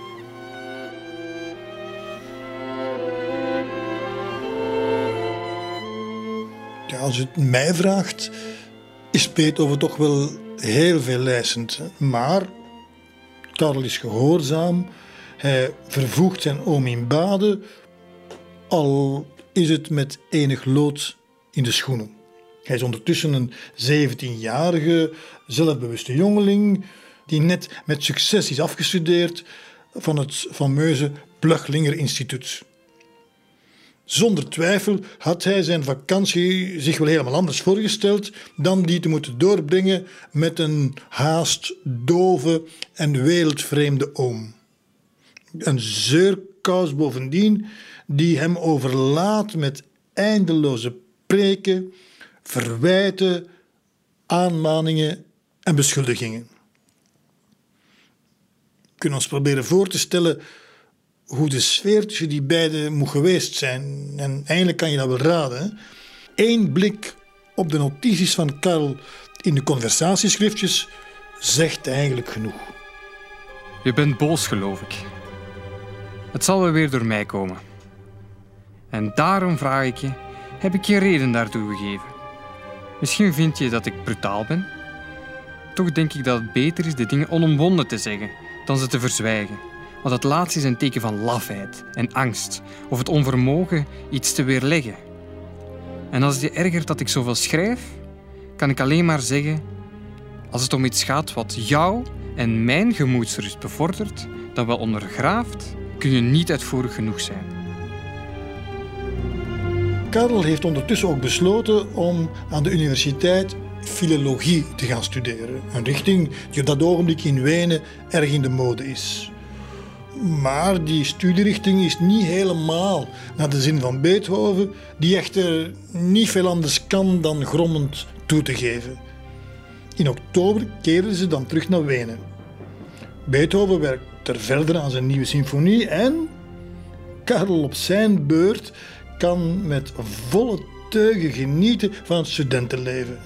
Ja, als u het mij vraagt, is Beethoven toch wel heel veel eisend. Maar Karl is gehoorzaam. Hij vervoegt zijn oom in bade, al is het met enig lood in de schoenen. Hij is ondertussen een zeventienjarige, zelfbewuste jongeling die net met succes is afgestudeerd van het fameuze Blöchlinger Instituut. Zonder twijfel had hij zijn vakantie zich wel helemaal anders voorgesteld dan die te moeten doorbrengen met een haast dove en wereldvreemde oom. Een zeurkous bovendien die hem overlaat met eindeloze preken, verwijten, aanmaningen en beschuldigingen. We kunnen ons proberen voor te stellen hoe de sfeer tussen die beiden moet geweest zijn. En eigenlijk kan je dat wel raden. Hè? Eén blik op de notities van Karl in de conversatieschriftjes zegt eigenlijk genoeg. Je bent boos, geloof ik. Het zal wel weer door mij komen. En daarom vraag ik je, heb ik je reden daartoe gegeven? Misschien vind je dat ik brutaal ben. Toch denk ik dat het beter is de dingen onomwonden te zeggen dan ze te verzwijgen. Want het laatste is een teken van lafheid en angst of het onvermogen iets te weerleggen. En als het je ergert dat ik zoveel schrijf, kan ik alleen maar zeggen, als het om iets gaat wat jou en mijn gemoedsrust bevordert, dan wel ondergraaft, kun je niet uitvoerig genoeg zijn. Karl heeft ondertussen ook besloten om aan de universiteit filologie te gaan studeren. Een richting die op dat ogenblik in Wenen erg in de mode is. Maar die studierichting is niet helemaal naar de zin van Beethoven, die echter niet veel anders kan dan grommend toe te geven. In oktober keerden ze dan terug naar Wenen. Beethoven werkt er verder aan zijn nieuwe symfonie en Karl op zijn beurt kan met volle teugen genieten van het studentenleven.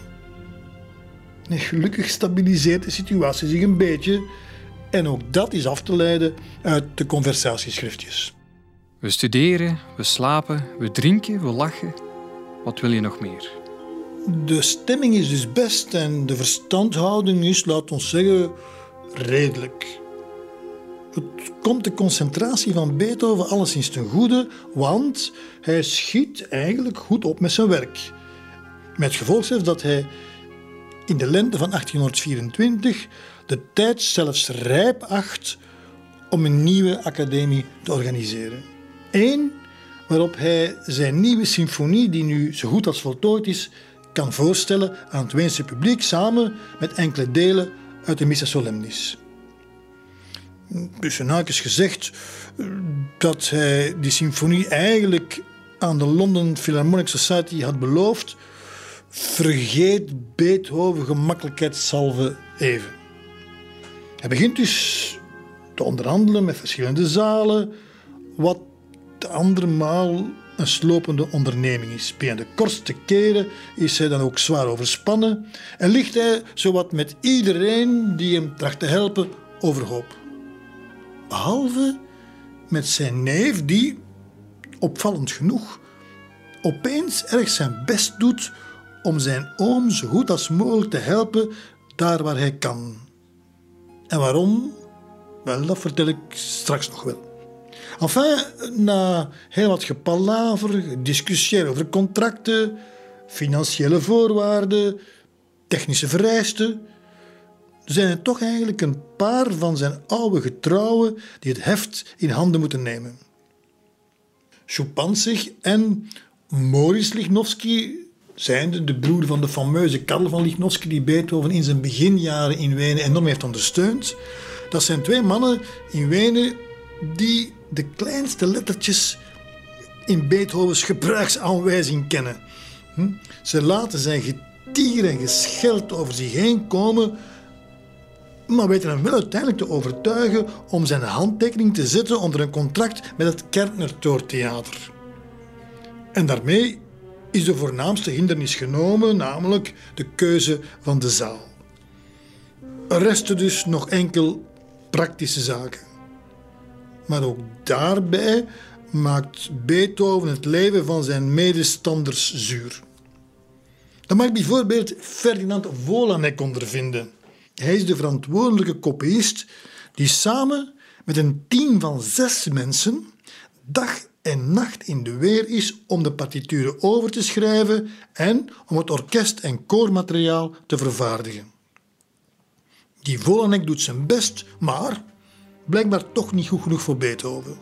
En gelukkig stabiliseert de situatie zich een beetje en ook dat is af te leiden uit de conversatieschriftjes. We studeren, we slapen, we drinken, we lachen. Wat wil je nog meer? De stemming is dus best en de verstandhouding is, laat ons zeggen, redelijk. Het komt de concentratie van Beethoven alleszins ten goede, want hij schiet eigenlijk goed op met zijn werk. Met het gevolg zelfs dat hij in de lente van achttienhonderdvierentwintig de tijd zelfs rijp acht om een nieuwe academie te organiseren. Eén waarop hij zijn nieuwe symfonie, die nu zo goed als voltooid is, kan voorstellen aan het Weense publiek samen met enkele delen uit de Missa Solemnis. Tussen haakjes gezegd dat hij die symfonie eigenlijk aan de London Philharmonic Society had beloofd, vergeet Beethoven gemakkelijkheidshalve even. Hij begint dus te onderhandelen met verschillende zalen, wat de andere maal een slopende onderneming is. Bij de kortste keren is hij dan ook zwaar overspannen en ligt hij zowat met iedereen die hem tracht te helpen overhoop. Behalve met zijn neef die, opvallend genoeg, opeens erg zijn best doet om zijn oom zo goed als mogelijk te helpen daar waar hij kan. En waarom? Wel, dat vertel ik straks nog wel. Enfin, na heel wat gepalaver, gediscussieerd over contracten, financiële voorwaarden, technische vereisten, zijn er toch eigenlijk een paar van zijn oude getrouwen die het heft in handen moeten nemen. Schupanzig en Moritz Lichnowsky, zijnde de broer van de fameuze Karl van Lichnowsky die Beethoven in zijn beginjaren in Wenen enorm heeft ondersteund. Dat zijn twee mannen in Wenen die de kleinste lettertjes in Beethovens gebruiksaanwijzing kennen. Ze laten zijn getier en gescheld over zich heen komen, maar weten hem wel uiteindelijk te overtuigen om zijn handtekening te zetten onder een contract met het Kärntner-Tortheater. En daarmee is de voornaamste hindernis genomen, namelijk de keuze van de zaal. Er resten dus nog enkel praktische zaken. Maar ook daarbij maakt Beethoven het leven van zijn medestanders zuur. Dan mag bijvoorbeeld Ferdinand Wolanek ondervinden. Hij is de verantwoordelijke kopiist die samen met een team van zes mensen dag en nacht in de weer is om de partituren over te schrijven en om het orkest- en koormateriaal te vervaardigen. Die Wolanek doet zijn best, maar blijkbaar toch niet goed genoeg voor Beethoven.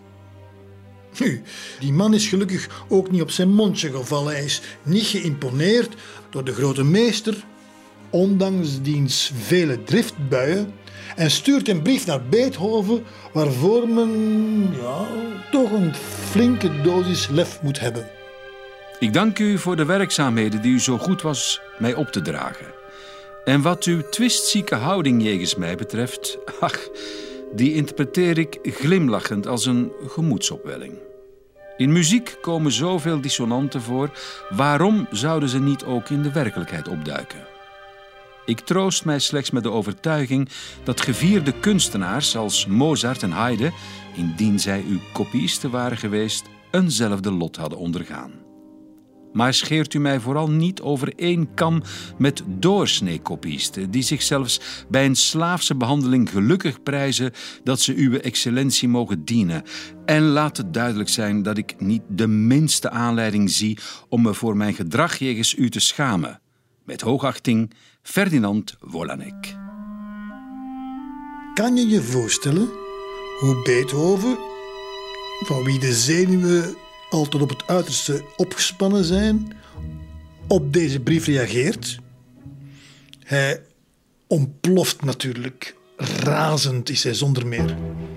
Nu, die man is gelukkig ook niet op zijn mondje gevallen. Hij is niet geïmponeerd door de grote meester, ondanks diens vele driftbuien, en stuurt een brief naar Beethoven waarvoor men ja, toch een flinke dosis lef moet hebben. Ik dank u voor de werkzaamheden die u zo goed was mij op te dragen. En wat uw twistzieke houding jegens mij betreft, ach, die interpreteer ik glimlachend als een gemoedsopwelling. In muziek komen zoveel dissonanten voor, waarom zouden ze niet ook in de werkelijkheid opduiken? Ik troost mij slechts met de overtuiging dat gevierde kunstenaars als Mozart en Haydn, indien zij uw kopiisten waren geweest, eenzelfde lot hadden ondergaan. Maar scheert u mij vooral niet over één kam met doorsnee-kopiisten, die zich zelfs bij een slaafse behandeling gelukkig prijzen dat ze uw excellentie mogen dienen. En laat het duidelijk zijn dat ik niet de minste aanleiding zie om me voor mijn gedrag jegens u te schamen. Met hoogachting, Ferdinand Wolanek. Kan je je voorstellen hoe Beethoven, van wie de zenuwen altijd op het uiterste opgespannen zijn, op deze brief reageert? Hij ontploft natuurlijk. Razend is hij zonder meer.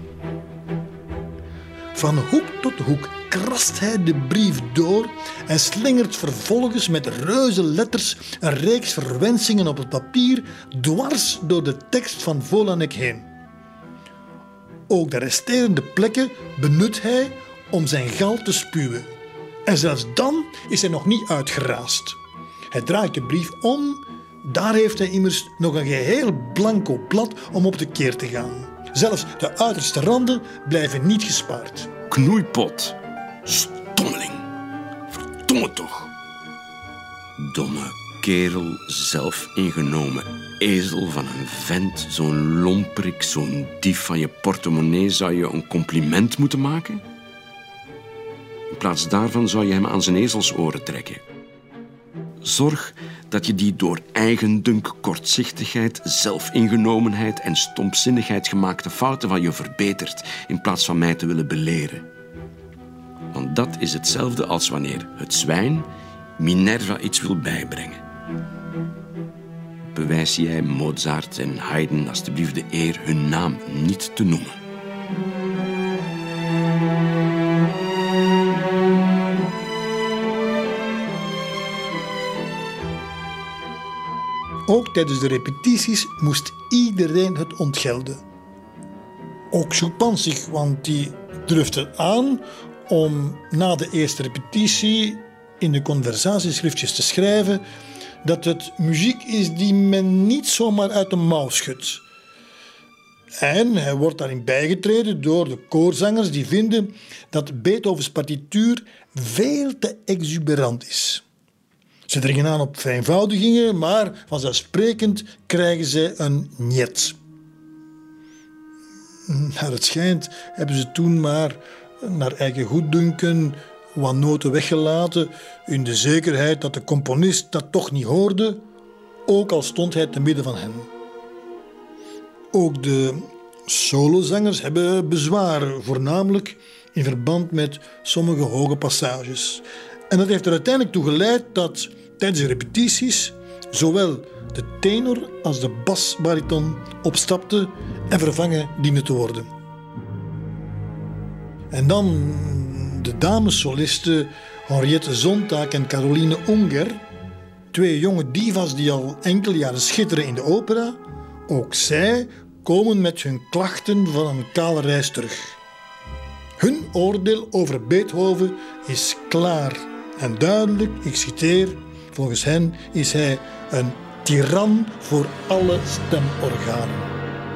Van hoek tot hoek krast hij de brief door en slingert vervolgens met reuze letters een reeks verwensingen op het papier dwars door de tekst van Wolanek heen. Ook de resterende plekken benut hij om zijn gal te spuwen. En zelfs dan is hij nog niet uitgeraasd. Hij draait de brief om, daar heeft hij immers nog een geheel blanco blad om op de keer te gaan. Zelfs de uiterste randen blijven niet gespaard. Knoeipot. Stommeling. Verdomme toch. Domme kerel, zelfingenomen ezel van een vent, zo'n lomperik, zo'n dief van je portemonnee, zou je een compliment moeten maken? In plaats daarvan zou je hem aan zijn ezelsoren trekken. Zorg dat je die door eigendunk, kortzichtigheid, zelfingenomenheid en stompzinnigheid gemaakte fouten van je verbetert, in plaats van mij te willen beleren. Want dat is hetzelfde als wanneer het zwijn Minerva iets wil bijbrengen. Bewijs jij Mozart en Haydn alstublieft de eer hun naam niet te noemen. Ook tijdens de repetities moest iedereen het ontgelden. Ook Schupanzig, want die durfde aan om na de eerste repetitie in de conversatieschriftjes te schrijven dat het muziek is die men niet zomaar uit de mouw schudt. En hij wordt daarin bijgetreden door de koorzangers die vinden dat Beethovens partituur veel te exuberant is. Ze dringen aan op vereenvoudigingen, maar vanzelfsprekend krijgen ze een niet. Naar het schijnt hebben ze toen maar naar eigen goeddunken wat noten weggelaten in de zekerheid dat de componist dat toch niet hoorde, ook al stond hij te midden van hen. Ook de solozangers hebben bezwaar, voornamelijk in verband met sommige hoge passages. En dat heeft er uiteindelijk toe geleid dat tijdens de repetities zowel de tenor als de basbariton opstapten en vervangen dienden te worden. En dan de damessolisten Henriette Zontag en Caroline Unger, twee jonge divas die al enkele jaren schitteren in de opera. Ook zij komen met hun klachten van een kale reis terug. Hun oordeel over Beethoven is klaar en duidelijk, ik citeer, volgens hen is hij een tiran voor alle stemorganen.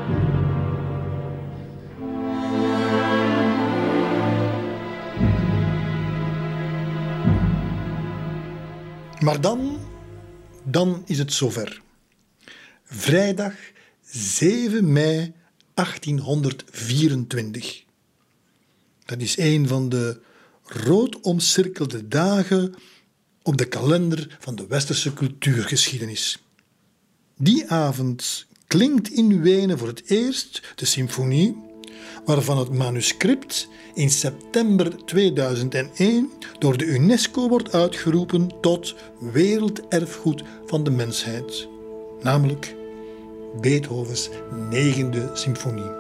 Maar dan, dan is het zover. Vrijdag zeven mei achttienhonderdvierentwintig. Dat is een van de rood omcirkelde dagen op de kalender van de westerse cultuurgeschiedenis. Die avond klinkt in Wenen voor het eerst de symfonie, waarvan het manuscript in september tweeduizend één door de UNESCO wordt uitgeroepen tot werelderfgoed van de mensheid, namelijk Beethovens negende symfonie.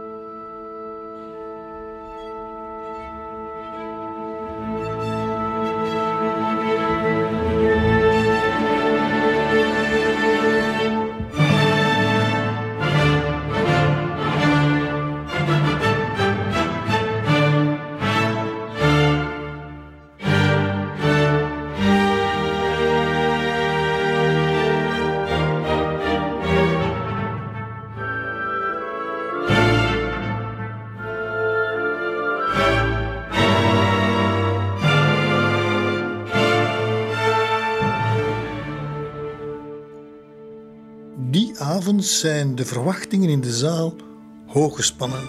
Die avond zijn de verwachtingen in de zaal hoog gespannen.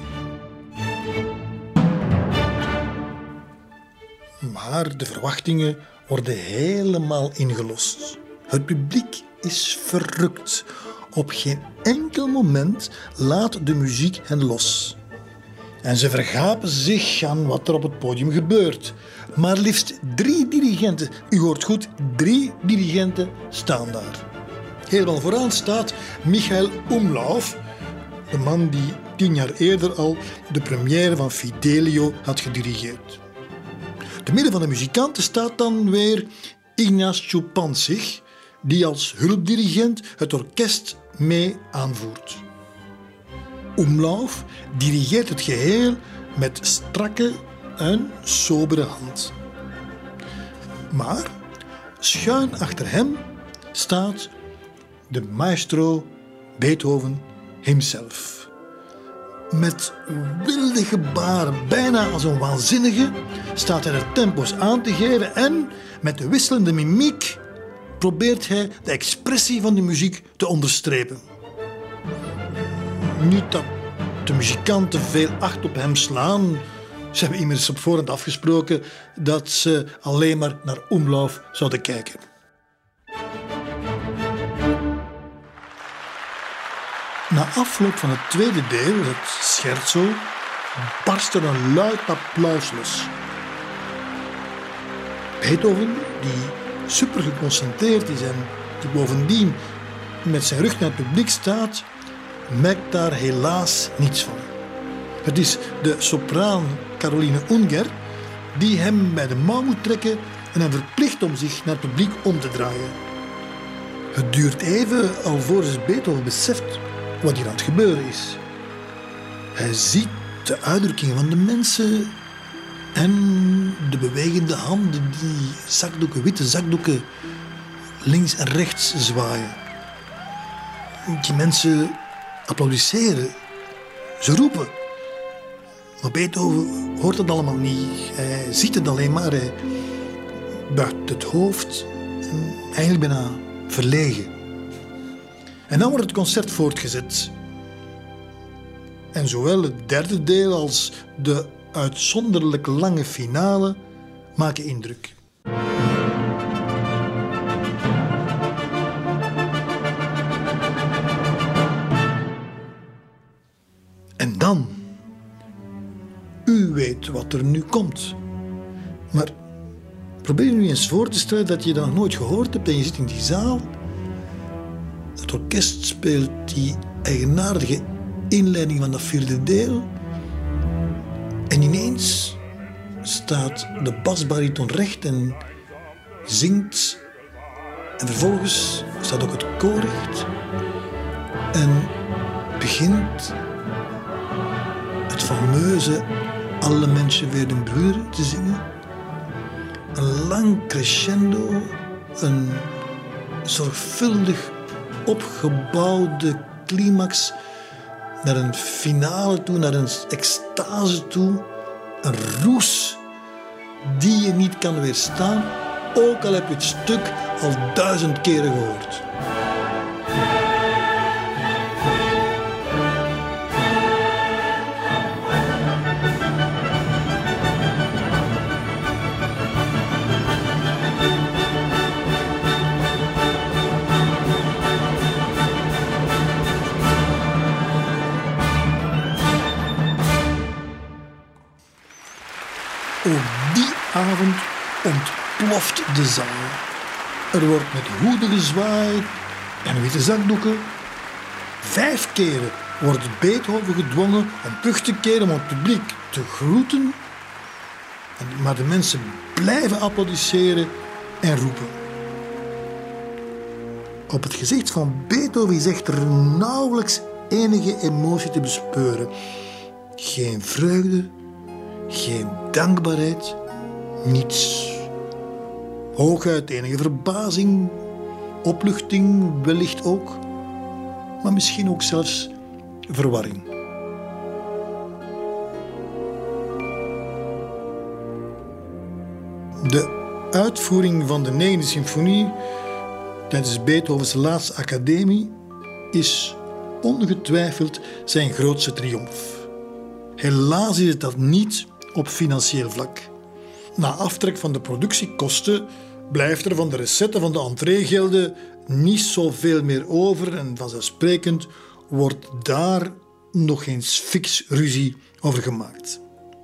Maar de verwachtingen worden helemaal ingelost. Het publiek is verrukt. Op geen enkel moment laat de muziek hen los. En ze vergapen zich aan wat er op het podium gebeurt. Maar liefst drie dirigenten, u hoort goed, drie dirigenten staan daar. Helemaal vooraan staat Michael Umlauf, de man die tien jaar eerder al de première van Fidelio had gedirigeerd. Te midden van de muzikanten staat dan weer Ignaz Schuppanzig, die als hulpdirigent het orkest mee aanvoert. Umlauf dirigeert het geheel met strakke en sobere hand. Maar schuin achter hem staat de maestro Beethoven himself. Met wilde gebaren, bijna als een waanzinnige, staat hij de tempo's aan te geven en met de wisselende mimiek probeert hij de expressie van de muziek te onderstrepen. Niet dat de muzikanten veel acht op hem slaan. Ze hebben immers op voorhand afgesproken dat ze alleen maar naar Umlauf zouden kijken. Na afloop van het tweede deel, het scherzo, barst er een luid applaus los. Beethoven, die super geconcentreerd is en die bovendien met zijn rug naar het publiek staat, merkt daar helaas niets van. Het is de sopraan Caroline Unger die hem bij de mouw moet trekken en hem verplicht om zich naar het publiek om te draaien. Het duurt even alvorens Beethoven beseft wat hier aan het gebeuren is. Hij ziet de uitdrukkingen van de mensen en de bewegende handen die zakdoeken, witte zakdoeken links en rechts zwaaien. Die mensen applaudisseren. Ze roepen. Maar Beethoven hoort het allemaal niet. Hij ziet het alleen maar. Hij buigt het hoofd. Eigenlijk bijna verlegen. En dan wordt het concert voortgezet. En zowel het derde deel als de uitzonderlijk lange finale maken indruk. En dan, u weet wat er nu komt. Maar probeer je nu eens voor te stellen dat je dat nog nooit gehoord hebt en je zit in die zaal. Het orkest speelt die eigenaardige inleiding van dat vierde deel. En ineens staat de basbariton recht en zingt. En vervolgens staat ook het koor recht. En begint het fameuze Alle mensen werden broeder te zingen. Een lang crescendo, een zorgvuldig opgebouwde climax naar een finale toe, naar een extase toe. Een roes die je niet kan weerstaan, ook al heb je het stuk al duizend keren gehoord. Ook die avond ontploft de zaal. Er wordt met hoeden gezwaaid en witte zakdoeken. Vijf keren wordt Beethoven gedwongen om terug te keren om het publiek te groeten. Maar de mensen blijven applaudisseren en roepen. Op het gezicht van Beethoven is echter nauwelijks enige emotie te bespeuren. Geen vreugde, geen dankbaarheid, niets. Hooguit enige verbazing, opluchting wellicht ook, maar misschien ook zelfs verwarring. De uitvoering van de negende symfonie tijdens Beethovens laatste academie is ongetwijfeld zijn grootste triomf. Helaas is het dat niet op financieel vlak. Na aftrek van de productiekosten blijft er van de recetten van de entreegelden niet zoveel meer over en vanzelfsprekend wordt daar nog eens fix ruzie over gemaakt.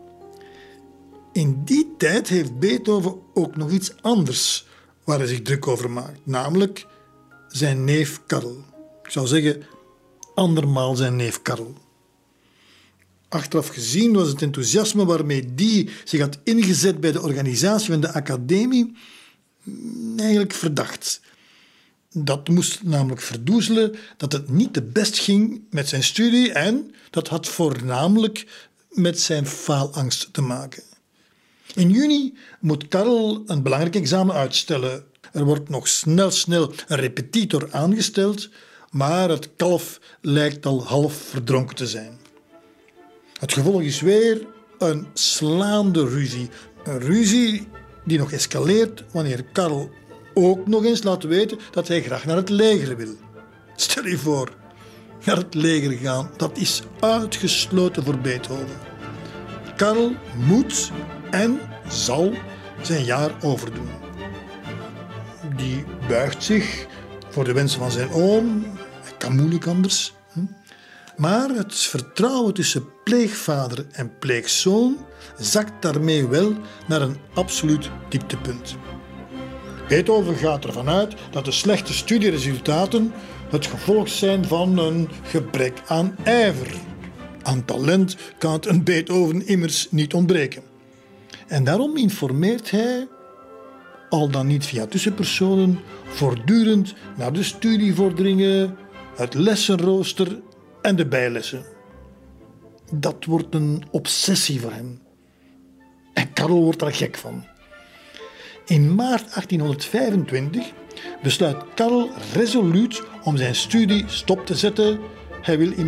In die tijd heeft Beethoven ook nog iets anders waar hij zich druk over maakt, namelijk zijn neef Karl. Ik zou zeggen, andermaal zijn neef Karl. Achteraf gezien was het enthousiasme waarmee die zich had ingezet bij de organisatie van de academie eigenlijk verdacht. Dat moest namelijk verdoezelen dat het niet te best ging met zijn studie en dat had voornamelijk met zijn faalangst te maken. In juni moet Karl een belangrijk examen uitstellen. Er wordt nog snel, snel een repetitor aangesteld, maar het kalf lijkt al half verdronken te zijn. Het gevolg is weer een slaande ruzie. Een ruzie die nog escaleert wanneer Karl ook nog eens laat weten dat hij graag naar het leger wil. Stel je voor, naar het leger gaan, dat is uitgesloten voor Beethoven. Karl moet en zal zijn jaar overdoen. Die buigt zich voor de wensen van zijn oom. Hij kan moeilijk anders. Maar het vertrouwen tussen pleegvader en pleegzoon zakt daarmee wel naar een absoluut dieptepunt. Beethoven gaat ervan uit dat de slechte studieresultaten het gevolg zijn van een gebrek aan ijver. Aan talent kan het een Beethoven immers niet ontbreken. En daarom informeert hij, al dan niet via tussenpersonen, voortdurend naar de studievorderingen, het lessenrooster en de bijlessen. Dat wordt een obsessie voor hem. En Karl wordt daar gek van. In maart achttienhonderdvijfentwintig besluit Karl resoluut om zijn studie stop te zetten. Hij wil immers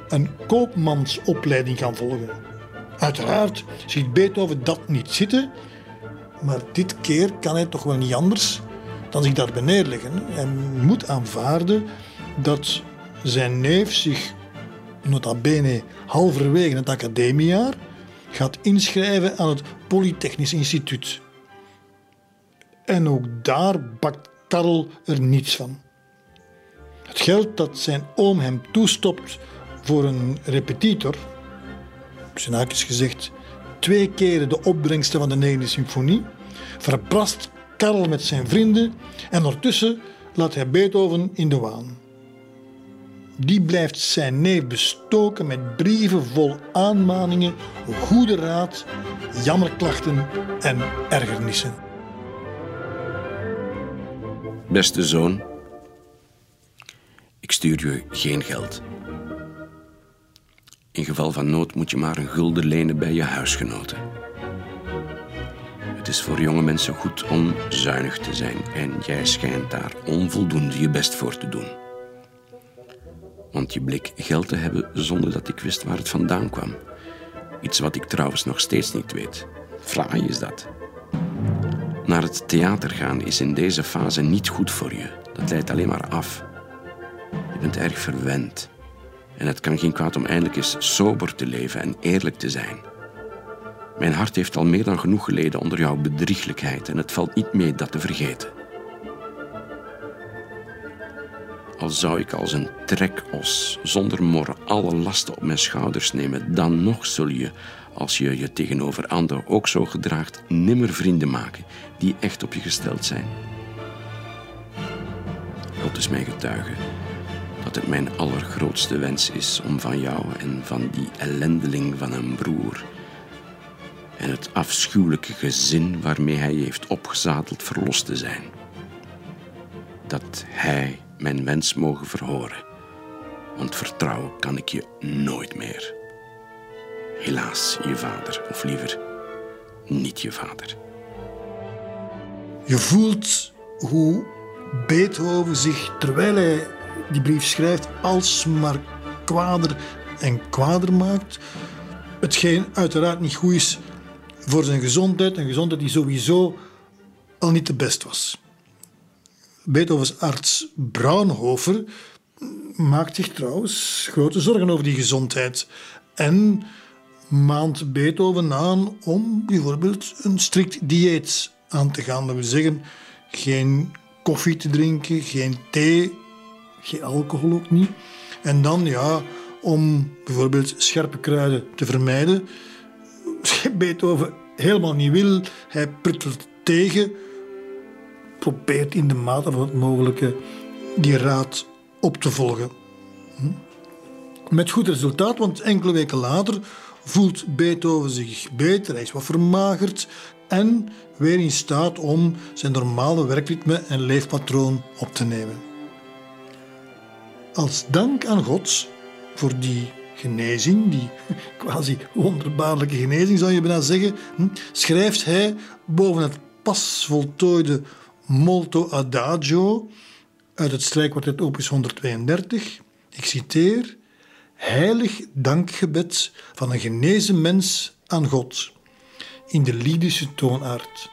een koopmansopleiding gaan volgen. Uiteraard ziet Beethoven dat niet zitten, maar dit keer kan hij toch wel niet anders dan zich daarbij neerleggen. Hij moet aanvaarden dat zijn neef zich nota bene halverwege het academiejaar gaat inschrijven aan het Polytechnisch Instituut. En ook daar bakt Karel er niets van. Het geld dat zijn oom hem toestopt voor een repetitor, zijn haakjes gezegd twee keren de opbrengsten van de negende symfonie, verprast Karel met zijn vrienden en ondertussen laat hij Beethoven in de waan. Die blijft zijn neef bestoken met brieven vol aanmaningen, goede raad, jammerklachten en ergernissen. Beste zoon, ik stuur je geen geld. In geval van nood moet je maar een gulden lenen bij je huisgenoten. Het is voor jonge mensen goed om zuinig te zijn en jij schijnt daar onvoldoende je best voor te doen. Want je bleek geld te hebben zonder dat ik wist waar het vandaan kwam. Iets wat ik trouwens nog steeds niet weet. Fraai is dat. Naar het theater gaan is in deze fase niet goed voor je. Dat leidt alleen maar af. Je bent erg verwend. En het kan geen kwaad om eindelijk eens sober te leven en eerlijk te zijn. Mijn hart heeft al meer dan genoeg geleden onder jouw bedrieglijkheid en het valt niet mee dat te vergeten. Al zou ik als een trekos zonder morren alle lasten op mijn schouders nemen, dan nog zul je, als je je tegenover anderen ook zo gedraagt, nimmer vrienden maken die echt op je gesteld zijn. God is mijn getuige dat het mijn allergrootste wens is om van jou en van die ellendeling van een broer en het afschuwelijke gezin waarmee hij je heeft opgezadeld verlost te zijn. Dat hij mijn wens mogen verhoren, want vertrouwen kan ik je nooit meer. Helaas, je vader, of liever, niet je vader. Je voelt hoe Beethoven zich, terwijl hij die brief schrijft, alsmaar kwader en kwader maakt. Hetgeen uiteraard niet goed is voor zijn gezondheid, een gezondheid die sowieso al niet de best was. Beethovens arts Braunhofer maakt zich trouwens grote zorgen over die gezondheid en maant Beethoven aan om bijvoorbeeld een strikt dieet aan te gaan. Dat wil zeggen, geen koffie te drinken, geen thee, geen alcohol ook niet. En dan, ja, om bijvoorbeeld scherpe kruiden te vermijden. Beethoven helemaal niet wil, hij pruttelt tegen, probeert in de mate van het mogelijke die raad op te volgen. Met goed resultaat, want enkele weken later voelt Beethoven zich beter, hij is wat vermagerd en weer in staat om zijn normale werkritme en leefpatroon op te nemen. Als dank aan God voor die genezing, die quasi wonderbaarlijke genezing zou je bijna zeggen, schrijft hij boven het pas voltooide Molto Adagio uit het strijkkwartet opus honderdtweeëndertig, ik citeer, heilig dankgebed van een genezen mens aan God in de Lydische toonaard.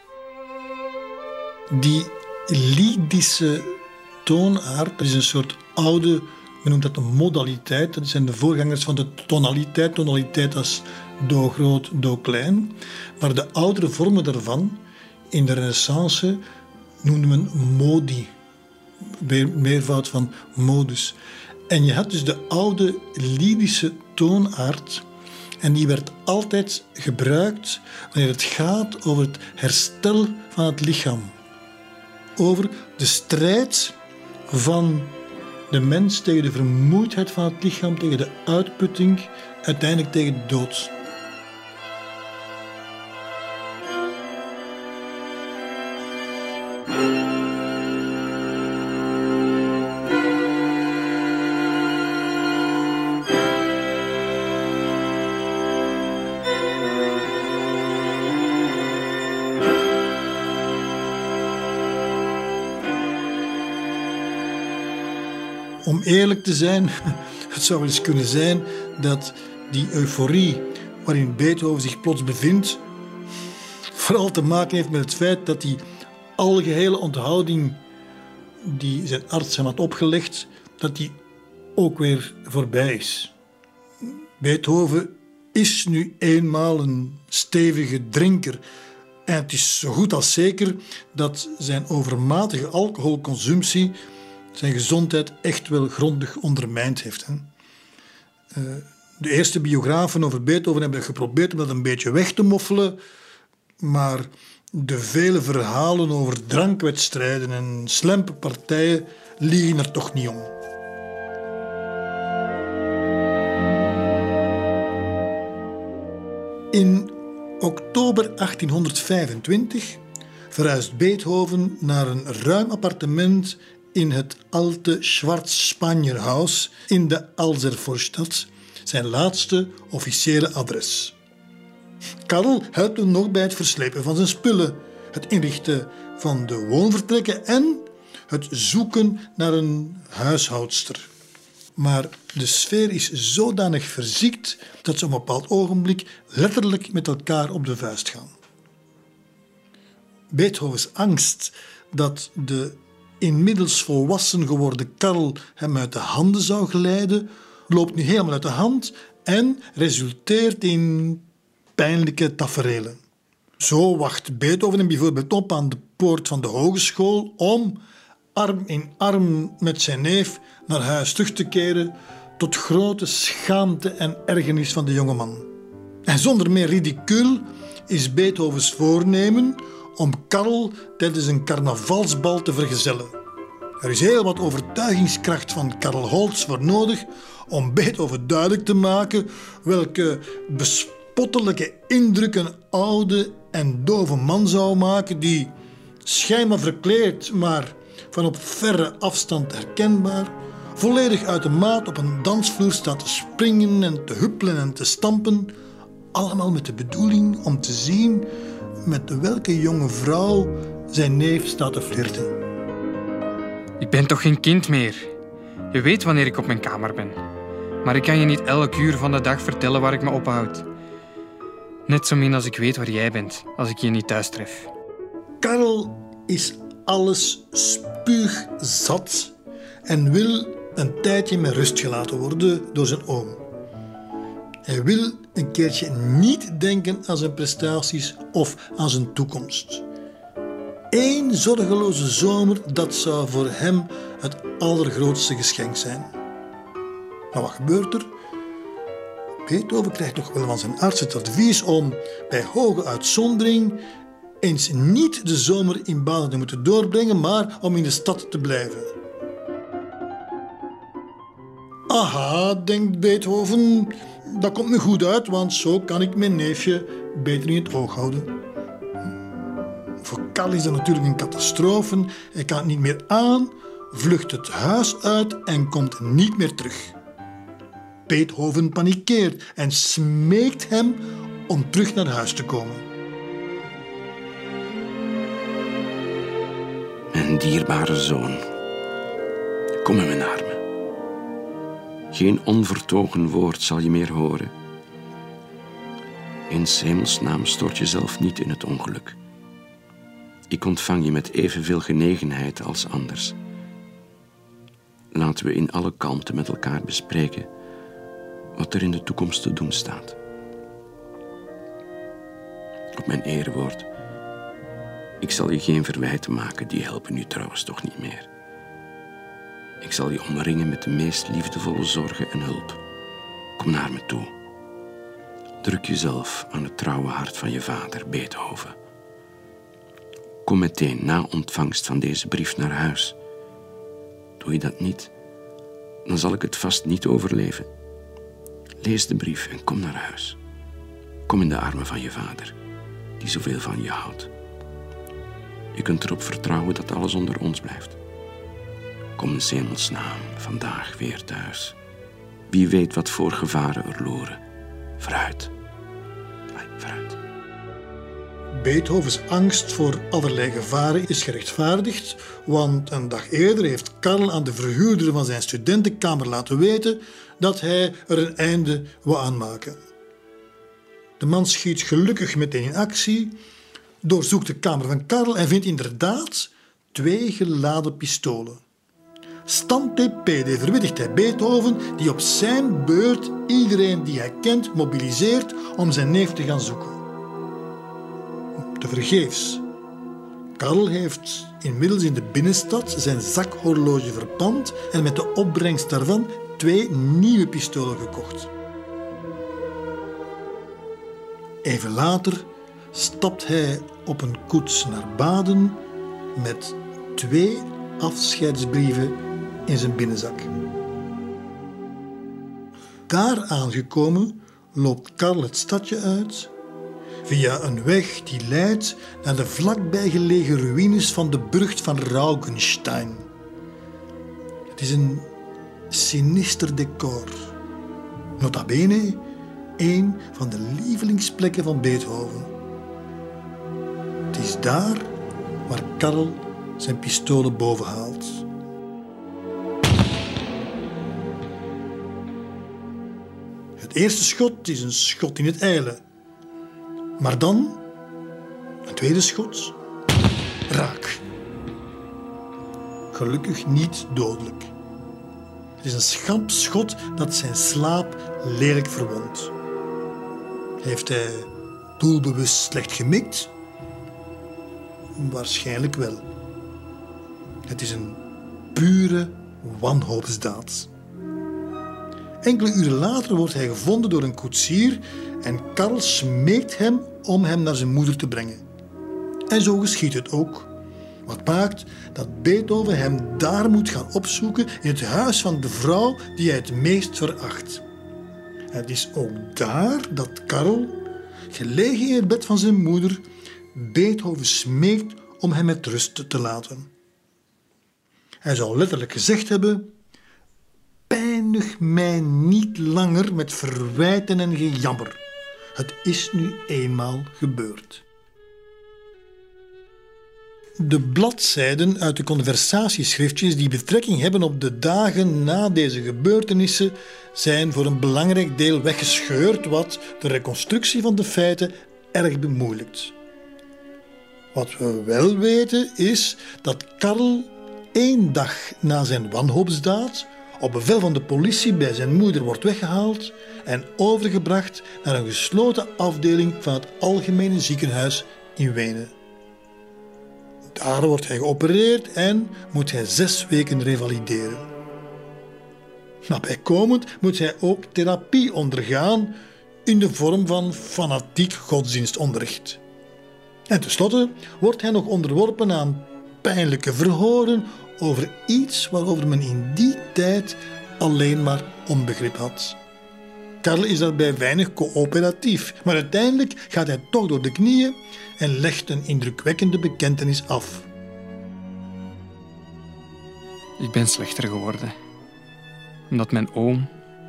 Die Lydische toonaard, dat is een soort oude, men noemt dat een modaliteit, dat zijn de voorgangers van de tonaliteit, tonaliteit als do groot, do klein, maar de oudere vormen daarvan in de Renaissance noemde men modi, meervoud van modus. En je had dus de oude Lydische toonaard en die werd altijd gebruikt wanneer het gaat over het herstel van het lichaam. Over de strijd van de mens tegen de vermoeidheid van het lichaam, tegen de uitputting, uiteindelijk tegen de dood. Om eerlijk te zijn, Het zou wel eens kunnen zijn dat die euforie waarin Beethoven zich plots bevindt vooral te maken heeft met het feit dat die algehele onthouding die zijn arts hem had opgelegd, dat die ook weer voorbij is. Beethoven is nu eenmaal een stevige drinker. En het is zo goed als zeker dat zijn overmatige alcoholconsumptie zijn gezondheid echt wel grondig ondermijnd heeft. Hè. Uh, de eerste biografen over Beethoven hebben geprobeerd om dat een beetje weg te moffelen, maar de vele verhalen over drankwedstrijden en slempenpartijen liegen er toch niet om. In oktober achttienhonderdvijfentwintig verhuist Beethoven naar een ruim appartement in het Alte Schwarzspanierhaus in de Alzervorstadt, zijn laatste officiële adres. Karl helpt hem nog bij het verslepen van zijn spullen, het inrichten van de woonvertrekken en het zoeken naar een huishoudster. Maar de sfeer is zodanig verziekt dat ze op een bepaald ogenblik letterlijk met elkaar op de vuist gaan. Beethovens angst dat de inmiddels volwassen geworden Karl hem uit de handen zou glijden, loopt nu helemaal uit de hand en resulteert in pijnlijke taferelen. Zo wacht Beethoven hem bijvoorbeeld op aan de poort van de hogeschool om arm in arm met zijn neef naar huis terug te keren, tot grote schaamte en ergernis van de jongeman. En zonder meer ridicuul is Beethovens voornemen om Karl tijdens een carnavalsbal te vergezellen. Er is heel wat overtuigingskracht van Karl Holz voor nodig om Beethoven duidelijk te maken welke bespottelijke indruk een oude en dove man zou maken die, schijnbaar verkleed, maar van op verre afstand herkenbaar, volledig uit de maat op een dansvloer staat te springen en te huppelen en te stampen, allemaal met de bedoeling om te zien met welke jonge vrouw zijn neef staat te flirten. Ik ben toch geen kind meer? Je weet wanneer ik op mijn kamer ben. Maar ik kan je niet elk uur van de dag vertellen waar ik me ophoud. Net zo min als ik weet waar jij bent, als ik je niet thuis tref. Karl is alles spuugzat en wil een tijdje met rust gelaten worden door zijn oom. Hij wil een keertje niet denken aan zijn prestaties of aan zijn toekomst. Eén zorgeloze zomer, dat zou voor hem het allergrootste geschenk zijn. Maar wat gebeurt er? Beethoven krijgt toch wel van zijn arts het advies om bij hoge uitzondering eens niet de zomer in Baden te moeten doorbrengen, maar om in de stad te blijven. Aha, denkt Beethoven, dat komt me goed uit, want zo kan ik mijn neefje beter in het oog houden. Voor Karl is dat natuurlijk een catastrofe. Hij kan het niet meer aan, vlucht het huis uit en komt niet meer terug. Beethoven panikeert en smeekt hem om terug naar huis te komen. Mijn dierbare zoon, kom in mijn armen. Geen onvertogen woord zal je meer horen. In 's hemelsnaam stort jezelf niet in het ongeluk. Ik ontvang je met evenveel genegenheid als anders. Laten we in alle kalmte met elkaar bespreken wat er in de toekomst te doen staat. Op mijn erewoord, ik zal je geen verwijten maken, die helpen nu trouwens toch niet meer. Ik zal je omringen met de meest liefdevolle zorgen en hulp. Kom naar me toe. Druk jezelf aan het trouwe hart van je vader, Beethoven. Kom meteen na ontvangst van deze brief naar huis. Doe je dat niet, dan zal ik het vast niet overleven. Lees de brief en kom naar huis. Kom in de armen van je vader, die zoveel van je houdt. Je kunt erop vertrouwen dat alles onder ons blijft. Kom in 's hemelsnaam vandaag weer thuis. Wie weet wat voor gevaren er loeren. Vooruit. Vooruit. Beethovens angst voor allerlei gevaren is gerechtvaardigd, want een dag eerder heeft Karl aan de verhuurder van zijn studentenkamer laten weten dat hij er een einde wou aan maken. De man schiet gelukkig meteen in actie, doorzoekt de kamer van Karl en vindt inderdaad twee geladen pistolen. Stantepede verwittigt hij Beethoven, die op zijn beurt iedereen die hij kent mobiliseert om zijn neef te gaan zoeken. Tevergeefs. Karl heeft inmiddels in de binnenstad zijn zakhorloge verpand en met de opbrengst daarvan twee nieuwe pistolen gekocht. Even later stapt hij op een koets naar Baden met twee afscheidsbrieven in zijn binnenzak. Daar aangekomen loopt Karl het stadje uit via een weg die leidt naar de vlakbij gelegen ruïnes van de burcht van Raugenstein. Het is een sinister decor. Nota bene, een van de lievelingsplekken van Beethoven. Het is daar waar Karl zijn pistolen bovenhaalt. Het eerste schot is een schot in het ijle. Maar dan een tweede schot. Raak. Gelukkig niet dodelijk. Het is een schampschot dat zijn slaap lelijk verwondt. Heeft hij doelbewust slecht gemikt? Waarschijnlijk wel. Het is een pure wanhoopsdaad. Enkele uren later wordt hij gevonden door een koetsier en Karl smeekt hem om hem naar zijn moeder te brengen. En zo geschiedt het ook. Wat maakt dat Beethoven hem daar moet gaan opzoeken in het huis van de vrouw die hij het meest veracht. Het is ook daar dat Karl, gelegen in het bed van zijn moeder, Beethoven smeekt om hem met rust te laten. Hij zou letterlijk gezegd hebben: pijnig mij niet langer met verwijten en gejammer. Het is nu eenmaal gebeurd. De bladzijden uit de conversatieschriftjes die betrekking hebben op de dagen na deze gebeurtenissen zijn voor een belangrijk deel weggescheurd, wat de reconstructie van de feiten erg bemoeilijkt. Wat we wel weten is dat Karl één dag na zijn wanhoopsdaad op bevel van de politie bij zijn moeder wordt weggehaald en overgebracht naar een gesloten afdeling van het Algemene Ziekenhuis in Wenen. Daar wordt hij geopereerd en moet hij zes weken revalideren. Maar bijkomend moet hij ook therapie ondergaan in de vorm van fanatiek godsdienstonderricht. En tenslotte wordt hij nog onderworpen aan pijnlijke verhoren over iets waarover men in die tijd alleen maar onbegrip had. Karl is daarbij weinig coöperatief, maar uiteindelijk gaat hij toch door de knieën en legt een indrukwekkende bekentenis af. Ik ben slechter geworden. Omdat mijn oom...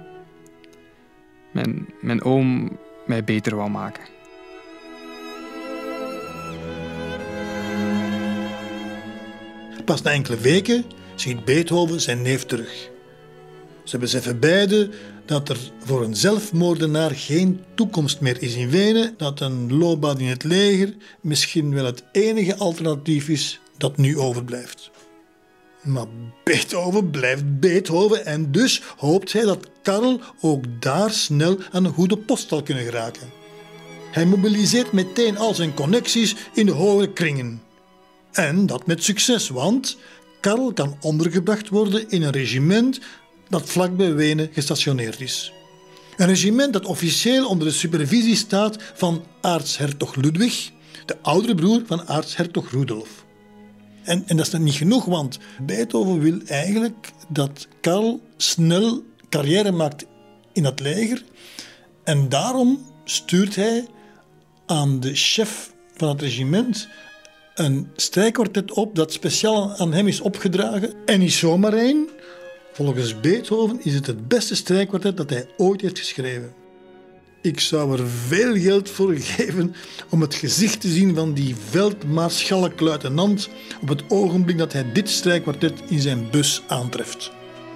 Mijn, mijn oom mij beter wou maken. Pas na enkele weken ziet Beethoven zijn neef terug. Ze beseffen beiden dat er voor een zelfmoordenaar geen toekomst meer is in Wenen, dat een loopbaan in het leger misschien wel het enige alternatief is dat nu overblijft. Maar Beethoven blijft Beethoven en dus hoopt hij dat Karl ook daar snel aan een goede post zal kunnen geraken. Hij mobiliseert meteen al zijn connecties in de hogere kringen. En dat met succes, want Karl kan ondergebracht worden in een regiment dat vlakbij Wenen gestationeerd is. Een regiment dat officieel onder de supervisie staat van aartshertog Ludwig, de oudere broer van aartshertog Rudolf. En, en dat is nog niet genoeg, want Beethoven wil eigenlijk dat Karl snel carrière maakt in het leger. En daarom stuurt hij aan de chef van het regiment een strijkkwartet op dat speciaal aan hem is opgedragen. En niet zomaar één. Volgens Beethoven is het het beste strijkkwartet dat hij ooit heeft geschreven. Ik zou er veel geld voor geven om het gezicht te zien van die veldmaarschalk-luitenant op het ogenblik dat hij dit strijkkwartet in zijn bus aantreft.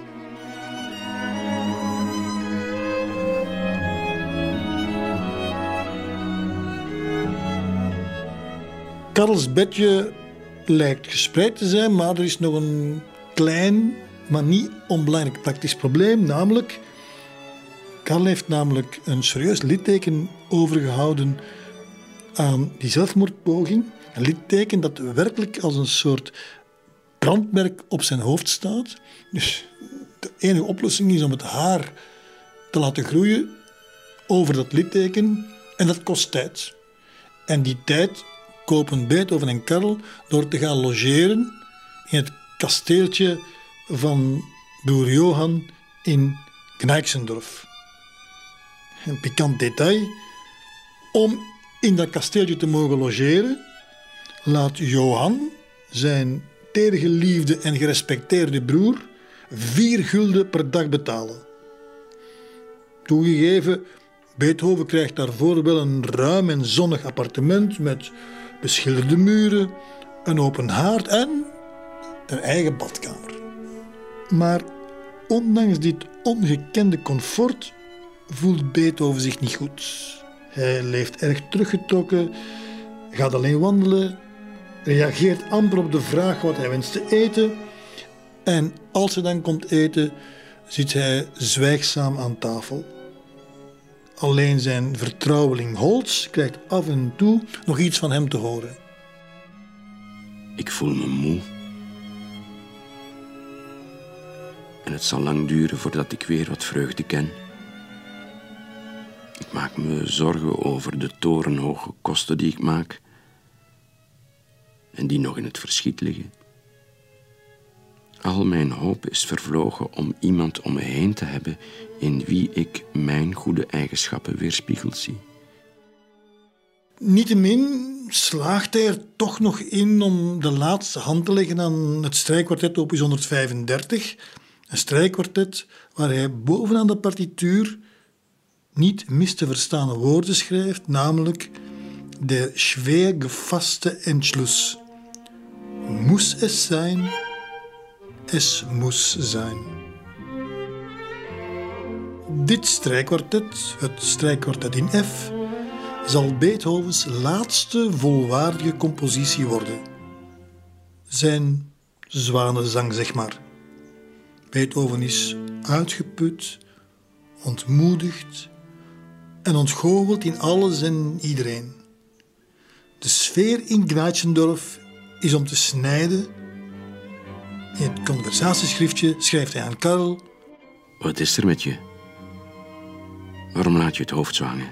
Karls bedje lijkt gespreid te zijn, maar er is nog een klein, maar niet onbelangrijk praktisch probleem, namelijk... Karl heeft namelijk een serieus litteken overgehouden aan die zelfmoordpoging. Een litteken dat werkelijk als een soort brandmerk op zijn hoofd staat. Dus de enige oplossing is om het haar te laten groeien over dat litteken. En dat kost tijd. En die tijd kopen Beethoven en Karl door te gaan logeren in het kasteeltje van broer Johan in Gneixendorf. Een pikant detail. Om in dat kasteeltje te mogen logeren, laat Johan, zijn teergeliefde en gerespecteerde broer, vier gulden per dag betalen. Toegegeven, Beethoven krijgt daarvoor wel een ruim en zonnig appartement met beschilderde muren, een open haard en een eigen badkamer. Maar ondanks dit ongekende comfort voelt Beethoven zich niet goed. Hij leeft erg teruggetrokken, gaat alleen wandelen, reageert amper op de vraag wat hij wenst te eten. En als hij dan komt eten, zit hij zwijgzaam aan tafel. Alleen zijn vertrouweling Holz krijgt af en toe nog iets van hem te horen. Ik voel me moe. En het zal lang duren voordat ik weer wat vreugde ken. Ik maak me zorgen over de torenhoge kosten die ik maak en die nog in het verschiet liggen. Al mijn hoop is vervlogen om iemand om me heen te hebben in wie ik mijn goede eigenschappen weerspiegeld zie. Niettemin slaagt hij er toch nog in om de laatste hand te leggen aan het strijkkwartet opus honderdvijfendertig. Een strijkkwartet waar hij bovenaan de partituur niet mis te verstaande woorden schrijft, namelijk der schwer gefasste Entschluss. Muss es zijn, es muss zijn. Dit strijkkwartet, het strijkkwartet in F, zal Beethovens laatste volwaardige compositie worden. Zijn zwanenzang, zeg maar. Beethoven is uitgeput, ontmoedigd en ontgoocheld in alles en iedereen. De sfeer in Gneixendorf is om te snijden. In het conversatieschriftje schrijft hij aan Karl: Wat is er met je? Waarom laat je het hoofd zwangen?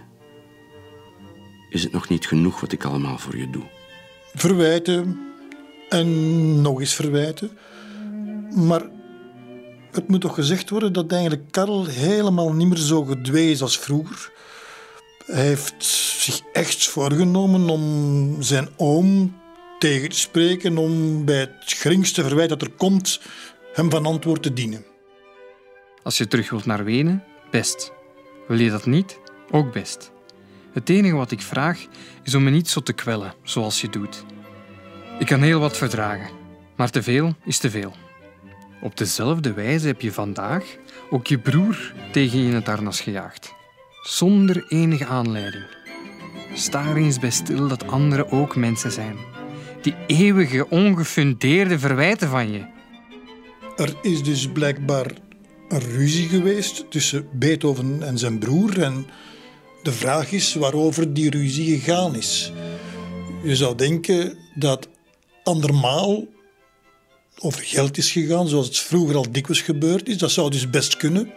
Is het nog niet genoeg wat ik allemaal voor je doe? Verwijten en nog eens verwijten. Maar het moet toch gezegd worden dat eigenlijk Karl helemaal niet meer zo gedwee is als vroeger. Hij heeft zich echt voorgenomen om zijn oom tegen te spreken, om bij het geringste verwijt dat er komt hem van antwoord te dienen. Als je terug wilt naar Wenen, best. Wil je dat niet? Ook best. Het enige wat ik vraag is om me niet zo te kwellen, zoals je doet. Ik kan heel wat verdragen, maar te veel is te veel. Op dezelfde wijze heb je vandaag ook je broer tegen je in het harnas gejaagd. Zonder enige aanleiding. Sta er eens bij stil dat anderen ook mensen zijn. Die eeuwige, ongefundeerde verwijten van je. Er is dus blijkbaar een ruzie geweest tussen Beethoven en zijn broer. En de vraag is waarover die ruzie gegaan is. Je zou denken dat andermaal over geld is gegaan, zoals het vroeger al dikwijls gebeurd is. Dat zou dus best kunnen.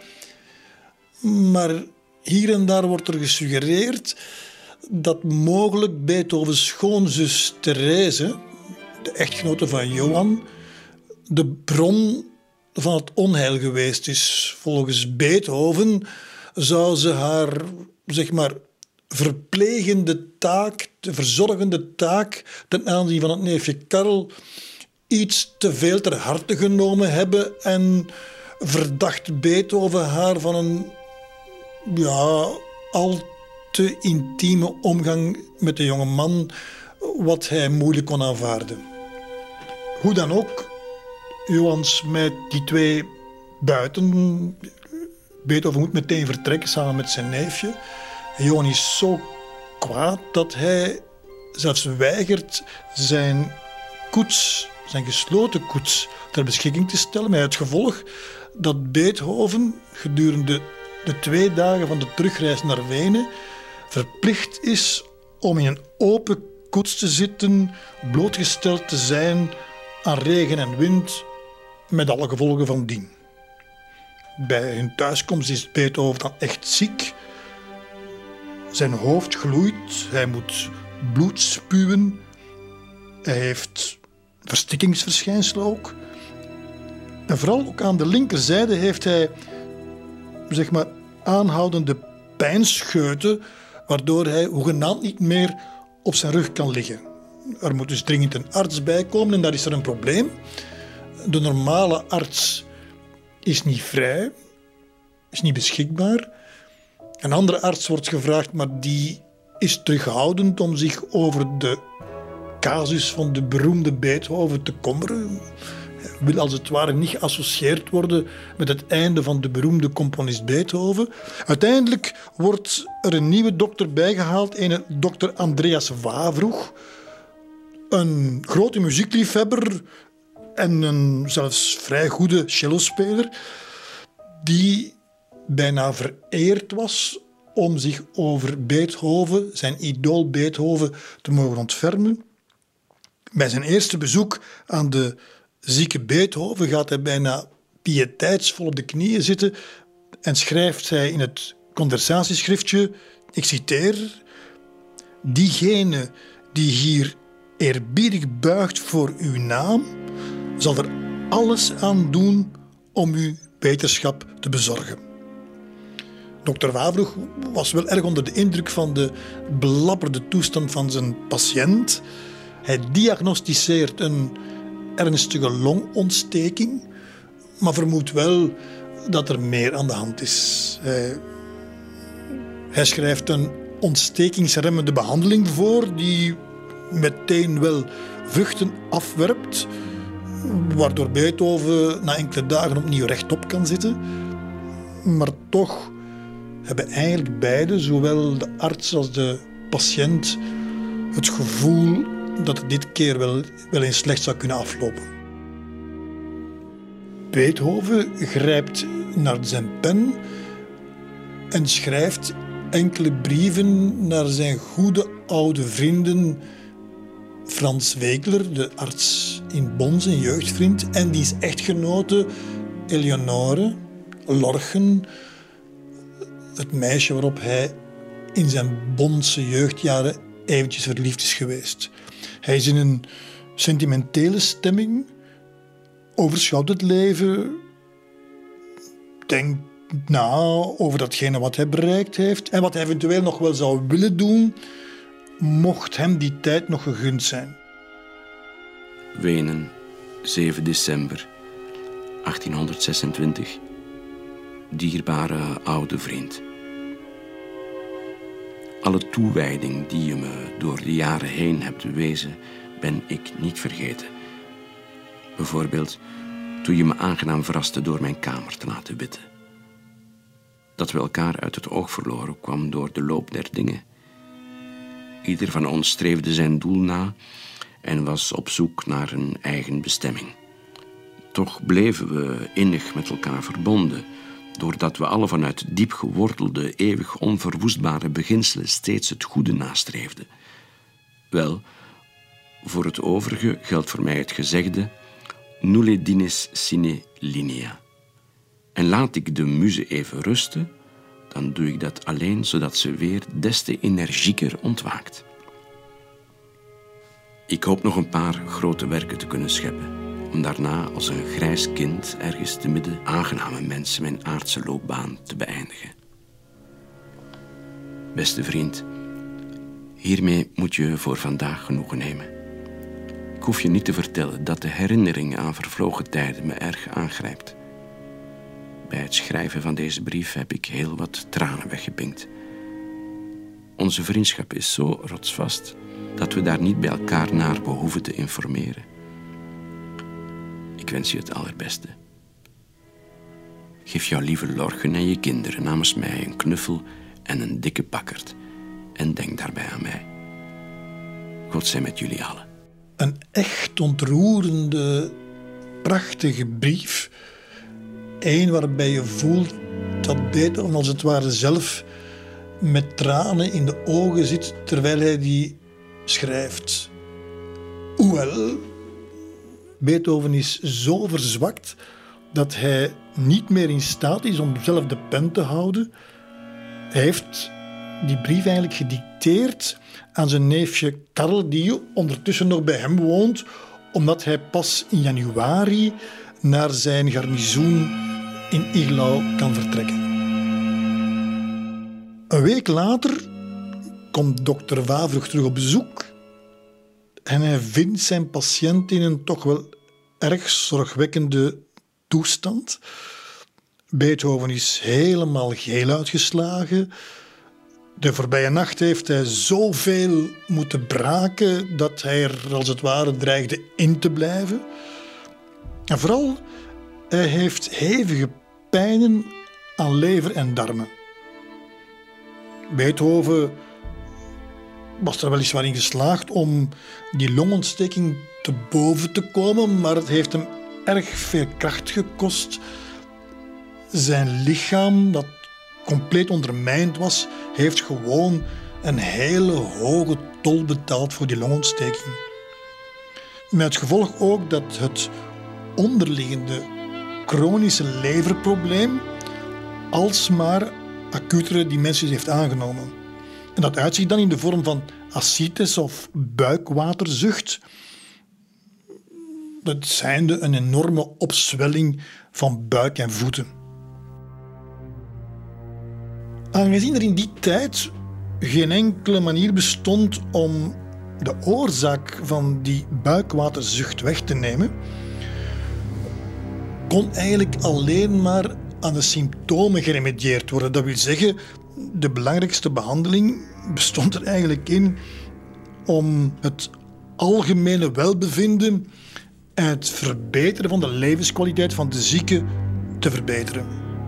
Maar hier en daar wordt er gesuggereerd dat mogelijk Beethovens schoonzus Therese, de echtgenote van Johan, de bron van het onheil geweest is. Volgens Beethoven zou ze haar, zeg maar, verplegende taak, de verzorgende taak ten aanzien van het neefje Karl iets te veel ter harte genomen hebben en verdacht Beethoven haar van een ja, al te intieme omgang met de jonge man, wat hij moeilijk kon aanvaarden. Hoe dan ook, Johann smijt die twee buiten. Beethoven moet meteen vertrekken samen met zijn neefje. En Johann is zo kwaad dat hij zelfs weigert zijn koets, zijn gesloten koets, ter beschikking te stellen. Met het gevolg dat Beethoven gedurende de twee dagen van de terugreis naar Wenen verplicht is om in een open koets te zitten, blootgesteld te zijn aan regen en wind, met alle gevolgen van dien. Bij hun thuiskomst is Beethoven dan echt ziek. Zijn hoofd gloeit, hij moet bloed spuwen. Hij heeft verstikkingsverschijnselen ook. En vooral ook aan de linkerzijde heeft hij, zeg maar, aanhoudende pijnscheuten, waardoor hij hoegenaamd niet meer op zijn rug kan liggen. Er moet dus dringend een arts bij komen en daar is er een probleem. De normale arts is niet vrij, is niet beschikbaar. Een andere arts wordt gevraagd, maar die is terughoudend om zich over de casus van de beroemde Beethoven te kommeren. Hij wil als het ware niet geassocieerd worden met het einde van de beroemde componist Beethoven. Uiteindelijk wordt er een nieuwe dokter bijgehaald, een dokter Andreas Wawroeg, een grote muziekliefhebber en een zelfs vrij goede cellospeler, die bijna vereerd was om zich over Beethoven, zijn idool Beethoven, te mogen ontfermen. Bij zijn eerste bezoek aan de zieke Beethoven gaat hij bijna pieteitsvol op de knieën zitten en schrijft hij in het conversatieschriftje, ik citeer, diegene die hier eerbiedig buigt voor uw naam, zal er alles aan doen om uw beterschap te bezorgen. Dokter Wawroeg was wel erg onder de indruk van de belabberde toestand van zijn patiënt. Hij diagnosticeert een ernstige longontsteking, maar vermoedt wel dat er meer aan de hand is. Hij, hij schrijft een ontstekingsremmende behandeling voor die meteen wel vruchten afwerpt, waardoor Beethoven na enkele dagen opnieuw rechtop kan zitten. Maar toch hebben eigenlijk beide, zowel de arts als de patiënt, het gevoel dat het dit keer wel, wel eens slecht zou kunnen aflopen. Beethoven grijpt naar zijn pen en schrijft enkele brieven naar zijn goede oude vrienden Frans Wegler, de arts in Bonn, zijn jeugdvriend, en diens echtgenote Eleonore Lorchen, het meisje waarop hij in zijn Bonnse jeugdjaren eventjes verliefd is geweest. Hij is in een sentimentele stemming, overschouwt het leven, denkt na over datgene wat hij bereikt heeft en wat hij eventueel nog wel zou willen doen, mocht hem die tijd nog gegund zijn. Wenen, zeven december achttienhonderdzesentwintig. Dierbare oude vriend. Alle toewijding die je me door de jaren heen hebt bewezen, ben ik niet vergeten. Bijvoorbeeld toen je me aangenaam verraste door mijn kamer te laten witten. Dat we elkaar uit het oog verloren kwam door de loop der dingen. Ieder van ons streefde zijn doel na en was op zoek naar een eigen bestemming. Toch bleven we innig met elkaar verbonden, doordat we alle vanuit diep gewortelde, eeuwig onverwoestbare beginselen steeds het goede nastreefden. Wel, voor het overige geldt voor mij het gezegde nulle dinis sine linea. En laat ik de muze even rusten, dan doe ik dat alleen zodat ze weer des te energieker ontwaakt. Ik hoop nog een paar grote werken te kunnen scheppen, om daarna als een grijs kind ergens te midden aangename mensen mijn aardse loopbaan te beëindigen. Beste vriend, hiermee moet je voor vandaag genoegen nemen. Ik hoef je niet te vertellen dat de herinnering aan vervlogen tijden me erg aangrijpt. Bij het schrijven van deze brief heb ik heel wat tranen weggepinkt. Onze vriendschap is zo rotsvast dat we daar niet bij elkaar naar behoeven te informeren. Ik wens je het allerbeste. Geef jouw lieve Lorgen en je kinderen namens mij een knuffel en een dikke bakkerd. En denk daarbij aan mij. God zij met jullie allen. Een echt ontroerende, prachtige brief. Eén waarbij je voelt dat Beethoven als het ware zelf met tranen in de ogen zit terwijl hij die schrijft. Hoewel, Beethoven is zo verzwakt dat hij niet meer in staat is om zelf de pen te houden. Hij heeft die brief eigenlijk gedicteerd aan zijn neefje Karl, die ondertussen nog bij hem woont, omdat hij pas in januari naar zijn garnizoen in Iglau kan vertrekken. Een week later komt dokter Wavruch terug op bezoek en hij vindt zijn patiënt in een toch wel erg zorgwekkende toestand. Beethoven is helemaal geel uitgeslagen. De voorbije nacht heeft hij zoveel moeten braken dat hij er als het ware dreigde in te blijven. En vooral, hij heeft hevige pijnen aan lever en darmen. Beethoven was er weliswaar in geslaagd om die longontsteking te boven te komen, maar het heeft hem erg veel kracht gekost. Zijn lichaam, dat compleet ondermijnd was, heeft gewoon een hele hoge tol betaald voor die longontsteking. Met het gevolg ook dat het onderliggende chronische leverprobleem alsmaar acutere dimensies heeft aangenomen. En dat uitziet dan in de vorm van ascites of buikwaterzucht. Dat zijnde een enorme opzwelling van buik en voeten. Aangezien er in die tijd geen enkele manier bestond om de oorzaak van die buikwaterzucht weg te nemen, kon eigenlijk alleen maar aan de symptomen geremedieerd worden. Dat wil zeggen, de belangrijkste behandeling bestond er eigenlijk in om het algemene welbevinden en het verbeteren van de levenskwaliteit van de zieke te verbeteren.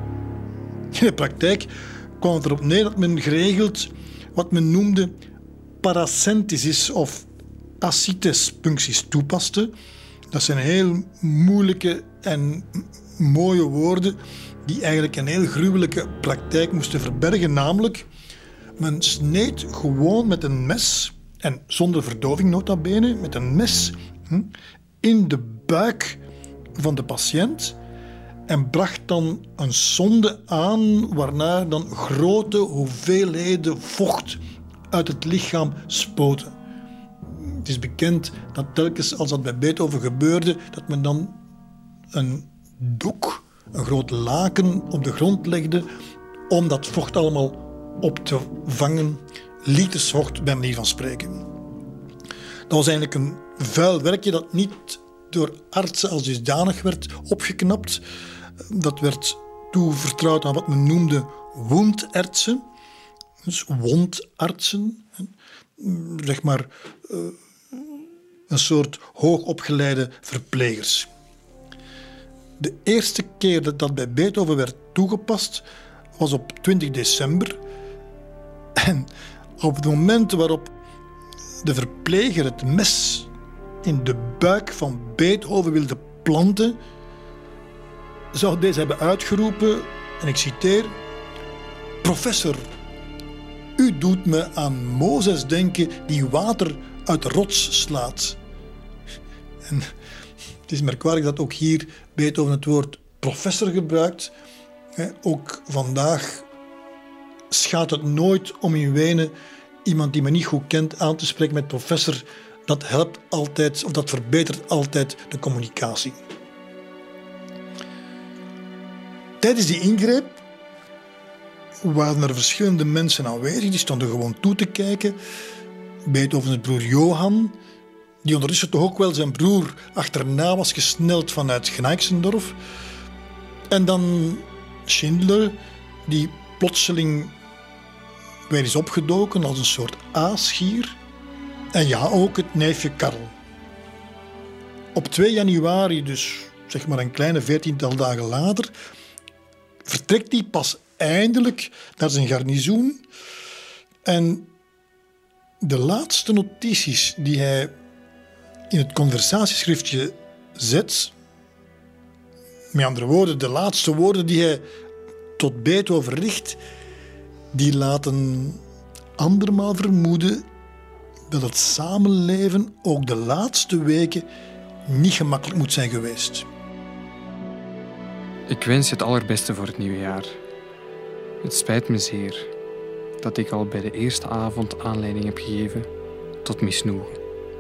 In de praktijk kwam het erop neer dat men geregeld wat men noemde paracentesis of ascites-puncties toepaste. Dat zijn heel moeilijke en mooie woorden die eigenlijk een heel gruwelijke praktijk moesten verbergen. Namelijk, men sneed gewoon met een mes, en zonder verdoving nota bene, met een mes hm, in de buik van de patiënt en bracht dan een sonde aan waarna dan grote hoeveelheden vocht uit het lichaam spoten. Het is bekend dat telkens als dat bij Beethoven gebeurde, dat men dan een doek, een groot laken op de grond legde om dat vocht allemaal op te vangen. Liters vocht bij manier van spreken. Dat was eigenlijk een vuil werkje dat niet door artsen als dusdanig werd opgeknapt. Dat werd toevertrouwd aan wat men noemde wondartsen. Dus wondartsen. Zeg maar een soort hoogopgeleide verplegers. De eerste keer dat dat bij Beethoven werd toegepast was op twintig december. En op het moment waarop de verpleger het mes in de buik van Beethoven wilde planten, zou deze hebben uitgeroepen, en ik citeer: "Professor, u doet me aan Mozes denken die water uit de rots slaat." En het is merkwaardig dat ook hier Beethoven het woord professor gebruikt. Ook vandaag schaadt het nooit om in Wenen iemand die men niet goed kent aan te spreken met professor. Dat helpt altijd, of dat verbetert altijd de communicatie. Tijdens die ingreep waren er verschillende mensen aanwezig. Die stonden gewoon toe te kijken. Beethovens broer Johan, die ondertussen toch ook wel zijn broer achterna was gesneld vanuit Gneixendorf. En dan Schindler, die plotseling weer is opgedoken als een soort aasgier. En ja, ook het neefje Karl. Op twee januari, dus zeg maar een kleine veertiental dagen later, vertrekt hij pas eindelijk naar zijn garnizoen. En de laatste notities die hij in het conversatieschriftje zet, met andere woorden, de laatste woorden die hij tot Beethoven richt, die laten andermaal vermoeden dat het samenleven ook de laatste weken niet gemakkelijk moet zijn geweest. Ik wens je het allerbeste voor het nieuwe jaar. Het spijt me zeer dat ik al bij de eerste avond aanleiding heb gegeven tot misnoegen.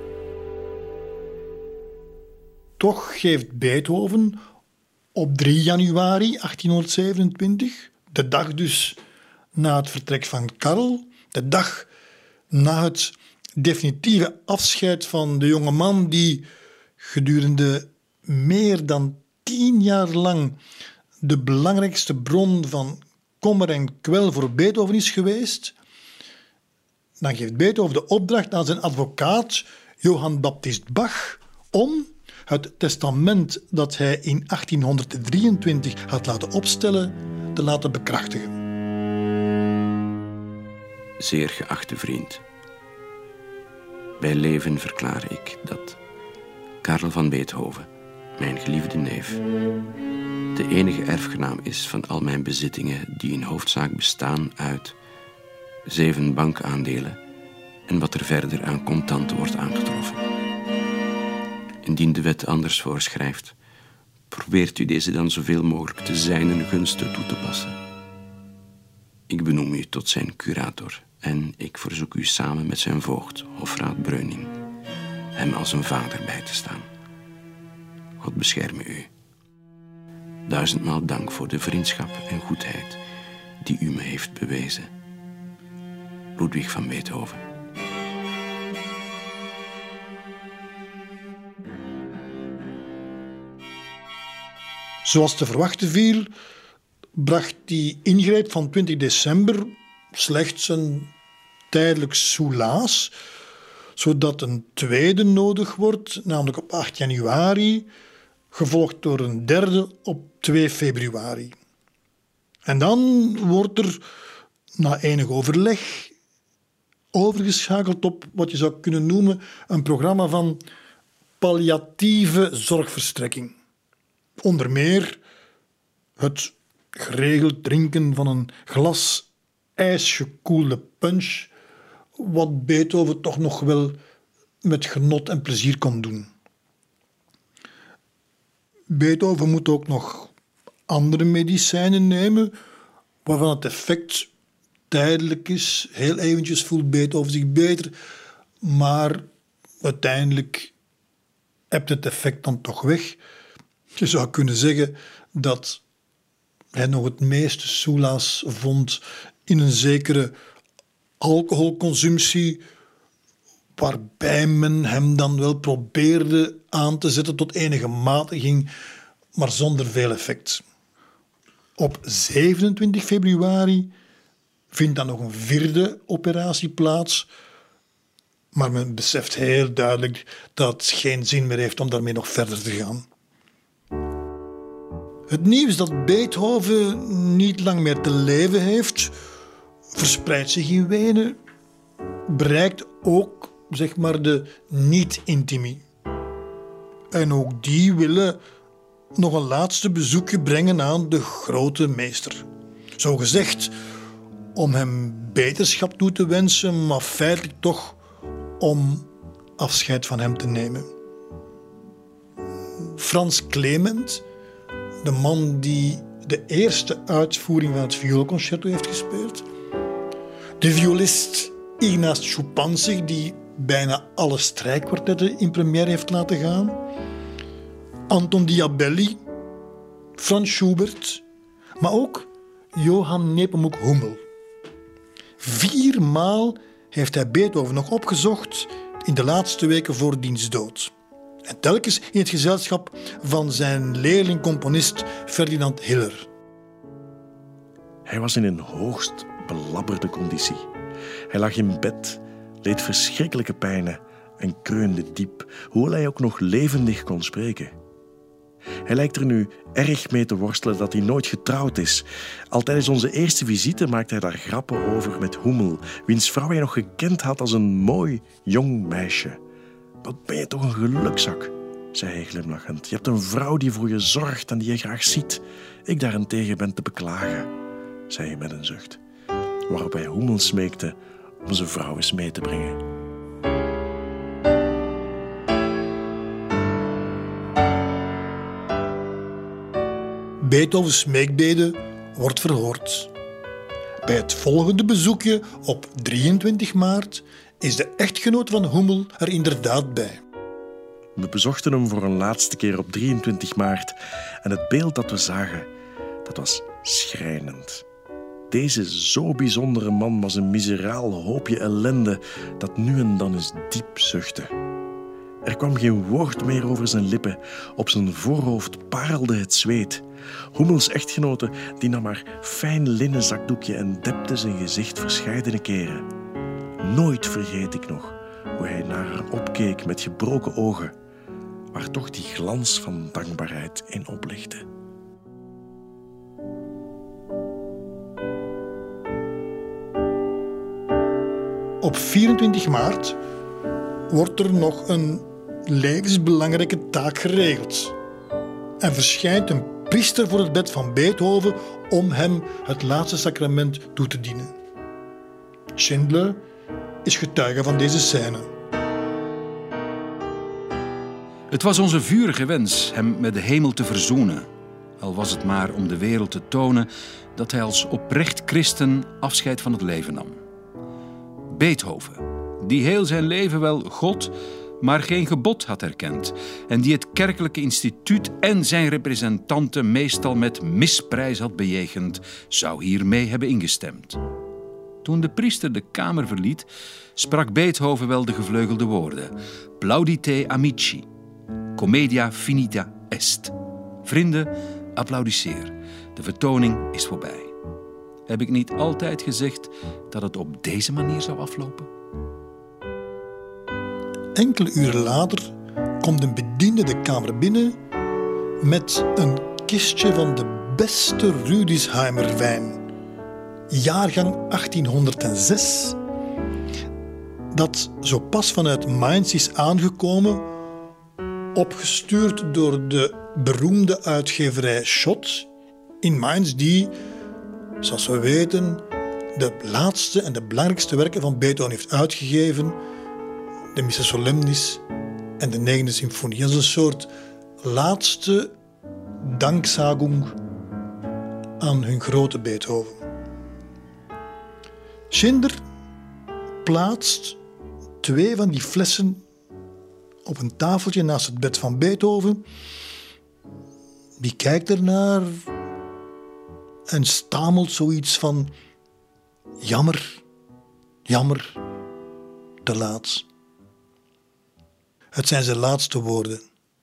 Toch geeft Beethoven op drie januari achttienhonderdzevenentwintig, de dag dus na het vertrek van Karl, de dag na het definitieve afscheid van de jonge man die gedurende meer dan tien jaar lang de belangrijkste bron van kommer en kwel voor Beethoven is geweest, dan geeft Beethoven de opdracht aan zijn advocaat Johann Baptist Bach om het testament dat hij in achttienhonderddrieëntwintig had laten opstellen te laten bekrachtigen. Zeer geachte vriend, bij leven verklaar ik dat Karl van Beethoven, mijn geliefde neef, de enige erfgenaam is van al mijn bezittingen die in hoofdzaak bestaan uit zeven bankaandelen en wat er verder aan contanten wordt aangetroffen. Indien de wet anders voorschrijft, probeert u deze dan zoveel mogelijk te zijnen gunste toe te passen. Ik benoem u tot zijn curator en ik verzoek u samen met zijn voogd, hofraad Breuning, hem als een vader bij te staan. God bescherme u. Duizendmaal dank voor de vriendschap en goedheid die u me heeft bewezen. Ludwig van Beethoven. Zoals te verwachten viel, bracht die ingreep van twintig december slechts een tijdelijk soelaas, zodat een tweede nodig wordt, namelijk op acht januari, gevolgd door een derde op twee februari. En dan wordt er, na enig overleg, overgeschakeld op wat je zou kunnen noemen een programma van palliatieve zorgverstrekking. Onder meer het geregeld drinken van een glas ijsgekoelde punch, wat Beethoven toch nog wel met genot en plezier kon doen. Beethoven moet ook nog andere medicijnen nemen, waarvan het effect tijdelijk is. Heel eventjes voelt Beethoven zich beter, maar uiteindelijk hebt het effect dan toch weg. Je zou kunnen zeggen dat hij nog het meeste soelaas vond in een zekere alcoholconsumptie, waarbij men hem dan wel probeerde aan te zetten tot enige matiging, maar zonder veel effect. Op zevenentwintig februari vindt dan nog een vierde operatie plaats, maar men beseft heel duidelijk dat het geen zin meer heeft om daarmee nog verder te gaan. Het nieuws dat Beethoven niet lang meer te leven heeft, verspreidt zich in Wenen, bereikt ook, zeg maar, de niet-intimi. En ook die willen nog een laatste bezoekje brengen aan de grote meester. Zo gezegd om hem beterschap toe te wensen, maar feitelijk toch om afscheid van hem te nemen. Frans Clement, de man die de eerste uitvoering van het vioolconcerto heeft gespeeld, de violist Ignaz Schuppanzig, die bijna alle strijkkwartetten in première heeft laten gaan, Anton Diabelli, Franz Schubert, maar ook Johann Nepomuk Hummel. Viermaal heeft hij Beethoven nog opgezocht in de laatste weken voor diens dood. En telkens in het gezelschap van zijn leerling-componist Ferdinand Hiller. Hij was in een hoogst belabberde conditie. Hij lag in bed, leed verschrikkelijke pijnen en kreunde diep, hoewel hij ook nog levendig kon spreken. Hij lijkt er nu erg mee te worstelen dat hij nooit getrouwd is. Al tijdens onze eerste visite maakte hij daar grappen over met Hummel, wiens vrouw hij nog gekend had als een mooi, jong meisje. Wat ben je toch een gelukzak, zei hij glimlachend. Je hebt een vrouw die voor je zorgt en die je graag ziet. Ik daarentegen ben te beklagen, zei hij met een zucht. Waarop hij Hummel smeekte om zijn vrouw eens mee te brengen. Beethovens smeekbede wordt verhoord. Bij het volgende bezoekje op drieëntwintig maart is de echtgenoot van Hummel er inderdaad bij. We bezochten hem voor een laatste keer op drieëntwintig maart en het beeld dat we zagen, dat was schrijnend. Deze zo bijzondere man was een miseraal hoopje ellende dat nu en dan eens diep zuchtte. Er kwam geen woord meer over zijn lippen. Op zijn voorhoofd parelde het zweet. Hummels echtgenote die nam haar fijn linnen zakdoekje en depte zijn gezicht verscheidene keren. Nooit vergeet ik nog hoe hij naar haar opkeek met gebroken ogen, waar toch die glans van dankbaarheid in oplichtte. Op vierentwintig maart wordt er nog een levensbelangrijke taak geregeld en verschijnt een priester voor het bed van Beethoven om hem het laatste sacrament toe te dienen. Schindler is getuige van deze scène. Het was onze vurige wens hem met de hemel te verzoenen, al was het maar om de wereld te tonen dat hij als oprecht christen afscheid van het leven nam. Beethoven, die heel zijn leven wel God, maar geen gebod had erkend en die het kerkelijke instituut en zijn representanten meestal met misprijs had bejegend, zou hiermee hebben ingestemd. Toen de priester de kamer verliet, sprak Beethoven wel de gevleugelde woorden: Plaudite amici, commedia finita est. Vrienden, applaudisseer. De vertoning is voorbij. Heb ik niet altijd gezegd dat het op deze manier zou aflopen? Enkele uren later komt een bediende de kamer binnen met een kistje van de beste Rüdesheimer wijn, jaargang achttienhonderdzes, dat zo pas vanuit Mainz is aangekomen, opgestuurd door de beroemde uitgeverij Schott in Mainz, die, zoals we weten, de laatste en de belangrijkste werken van Beethoven heeft uitgegeven, de Missa Solemnis en de negende symfonie. Dat is een soort laatste danksagung aan hun grote Beethoven. Schindler plaatst twee van die flessen op een tafeltje naast het bed van Beethoven. Die kijkt ernaar en stamelt zoiets van: jammer, jammer, te laat. Het zijn zijn laatste woorden.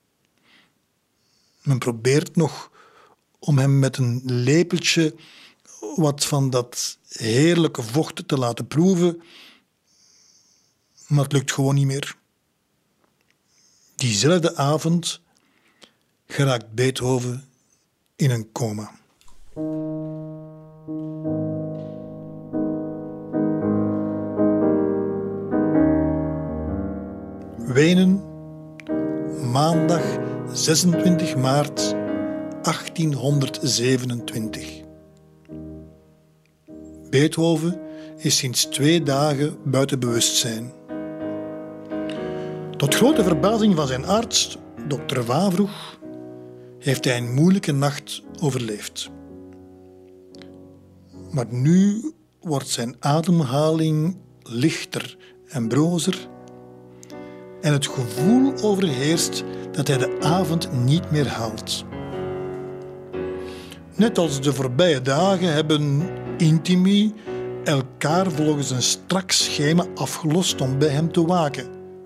Men probeert nog om hem met een lepeltje wat van dat heerlijke vocht te laten proeven, maar het lukt gewoon niet meer. Diezelfde avond geraakt Beethoven in een coma. Wenen, maandag zesentwintig maart achttienhonderdzevenentwintig. Beethoven is sinds twee dagen buiten bewustzijn. Tot grote verbazing van zijn arts, dokter Wavroeg, heeft hij een moeilijke nacht overleefd. Maar nu wordt zijn ademhaling lichter en brozer en het gevoel overheerst dat hij de avond niet meer haalt. Net als de voorbije dagen hebben intimi elkaar volgens een strak schema afgelost om bij hem te waken.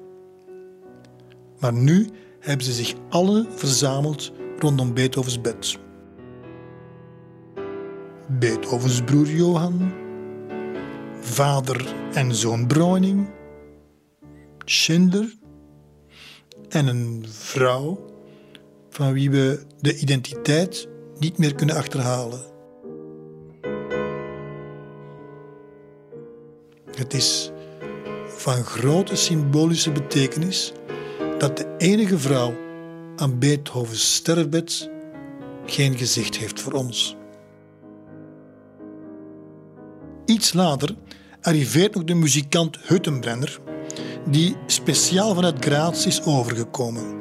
Maar nu hebben ze zich allen verzameld rondom Beethovens bed. Beethovens broer Johan, vader en zoon Browning, Schindler en een vrouw van wie we de identiteit niet meer kunnen achterhalen. Het is van grote symbolische betekenis dat de enige vrouw aan Beethovens sterfbed geen gezicht heeft voor ons. Iets later arriveert nog de muzikant Hüttenbrenner, die speciaal vanuit Graz is overgekomen.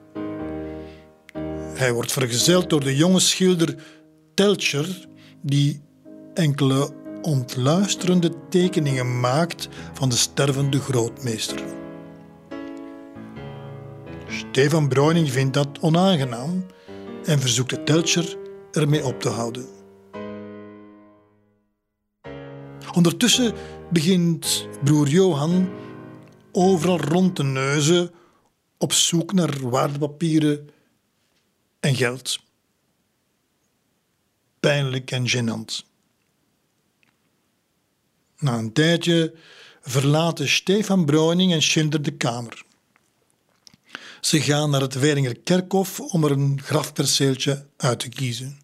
Hij wordt vergezeld door de jonge schilder Teltscher, die enkele ontluisterende tekeningen maakt van de stervende grootmeester. Stefan Browning vindt dat onaangenaam en verzoekt de Teltscher ermee op te houden. Ondertussen begint broer Johan overal rond te neuzen op zoek naar waardepapieren en geld. Pijnlijk en gênant. Na een tijdje verlaten Stefan Browning en Schindler de kamer. Ze gaan naar het Währinger kerkhof om er een grafperceeltje uit te kiezen.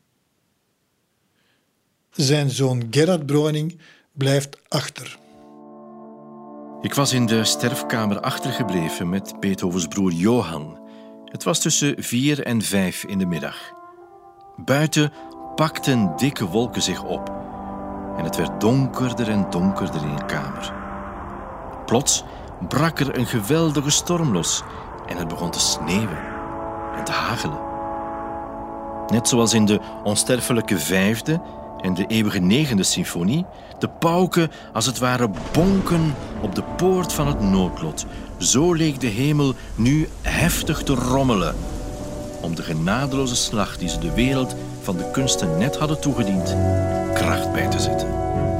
Zijn zoon Gerhard Browning blijft achter. Ik was in de sterfkamer achtergebleven met Beethovens broer Johan. Het was tussen vier en vijf in de middag. Buiten pakten dikke wolken zich op en het werd donkerder en donkerder in de kamer. Plots brak er een geweldige storm los en het begon te sneeuwen en te hagelen. Net zoals in de onsterfelijke vijfde en de eeuwige negende symfonie, de pauken als het ware bonken op de poort van het noodlot. Zo leek de hemel nu heftig te rommelen om de genadeloze slag die ze de wereld van de kunsten net hadden toegediend, kracht bij te zetten.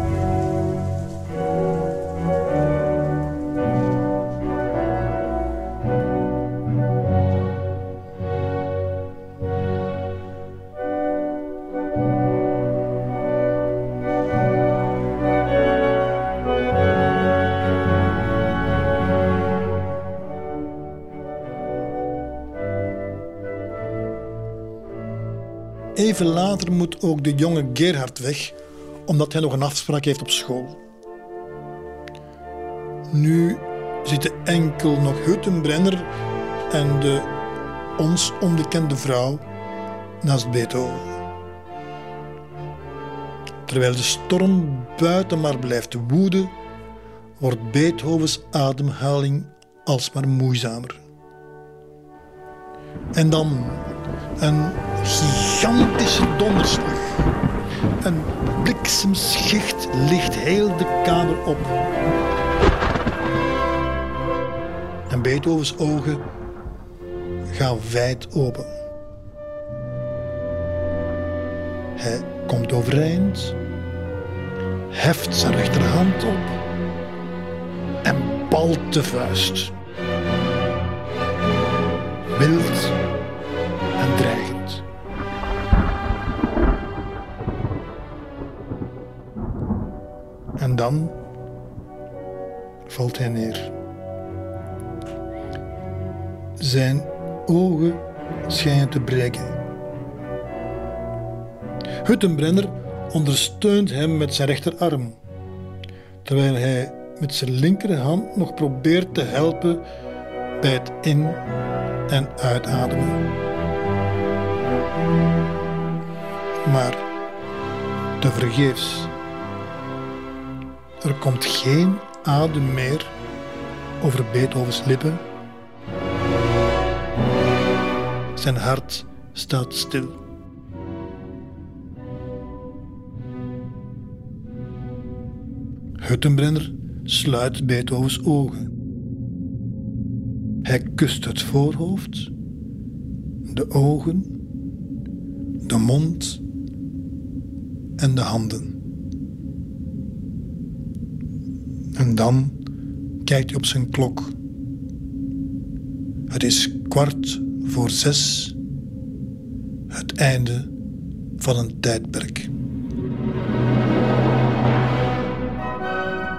Even later moet ook de jonge Gerhard weg, omdat hij nog een afspraak heeft op school. Nu zitten enkel nog Hüttenbrenner en de ons onbekende vrouw naast Beethoven. Terwijl de storm buiten maar blijft woeden, wordt Beethovens ademhaling alsmaar moeizamer. En dan een gigantische donderslag. Een bliksemschicht licht heel de kamer op. En Beethovens ogen gaan wijd open. Hij komt overeind, heft zijn rechterhand op en balt de vuist. Wild en dreigend. En dan valt hij neer. Zijn ogen schijnen te breken. Hüttenbrenner ondersteunt hem met zijn rechterarm, terwijl hij met zijn linkerhand nog probeert te helpen bij het in- en uitademen. Maar tevergeefs. Er komt geen adem meer over Beethovens lippen. Zijn hart staat stil. Hüttenbrenner sluit Beethovens ogen. Hij kust het voorhoofd, de ogen, de mond en de handen. En dan kijkt hij op zijn klok. Het is kwart voor zes, het einde van een tijdperk.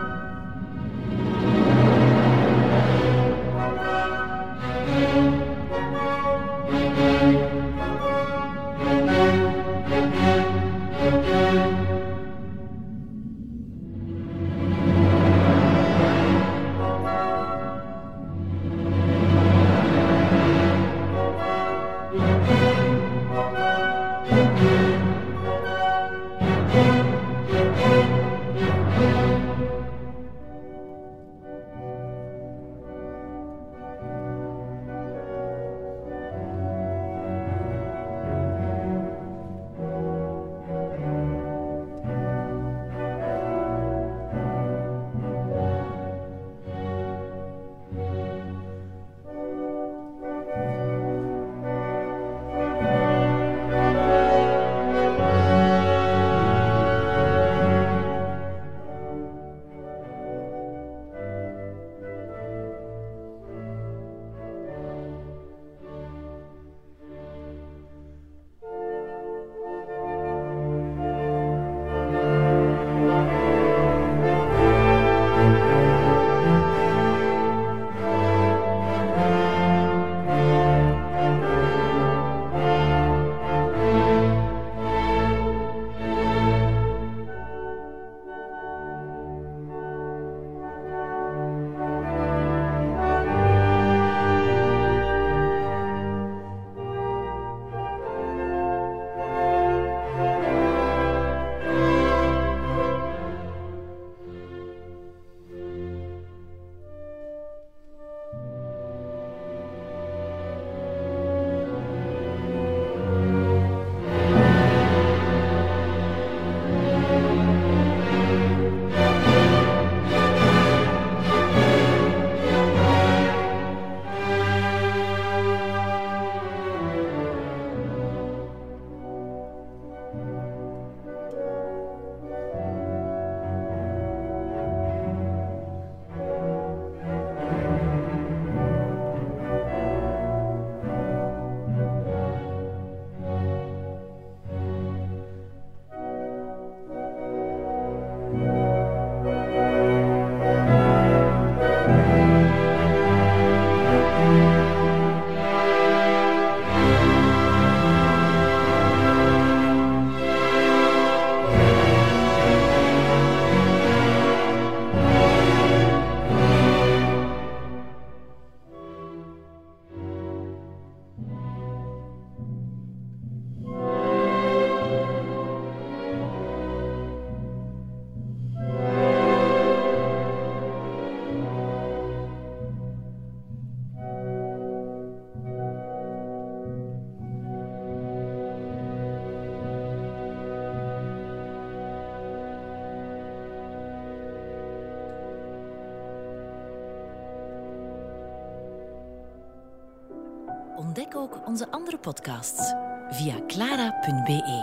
Ontdek ook onze andere podcasts via clara punt b e.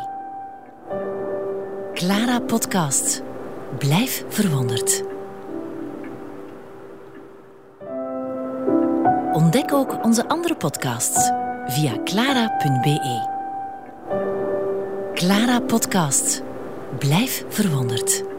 Clara Podcast. Blijf verwonderd. Ontdek ook onze andere podcasts via clara punt b e. Clara Podcast. Blijf verwonderd.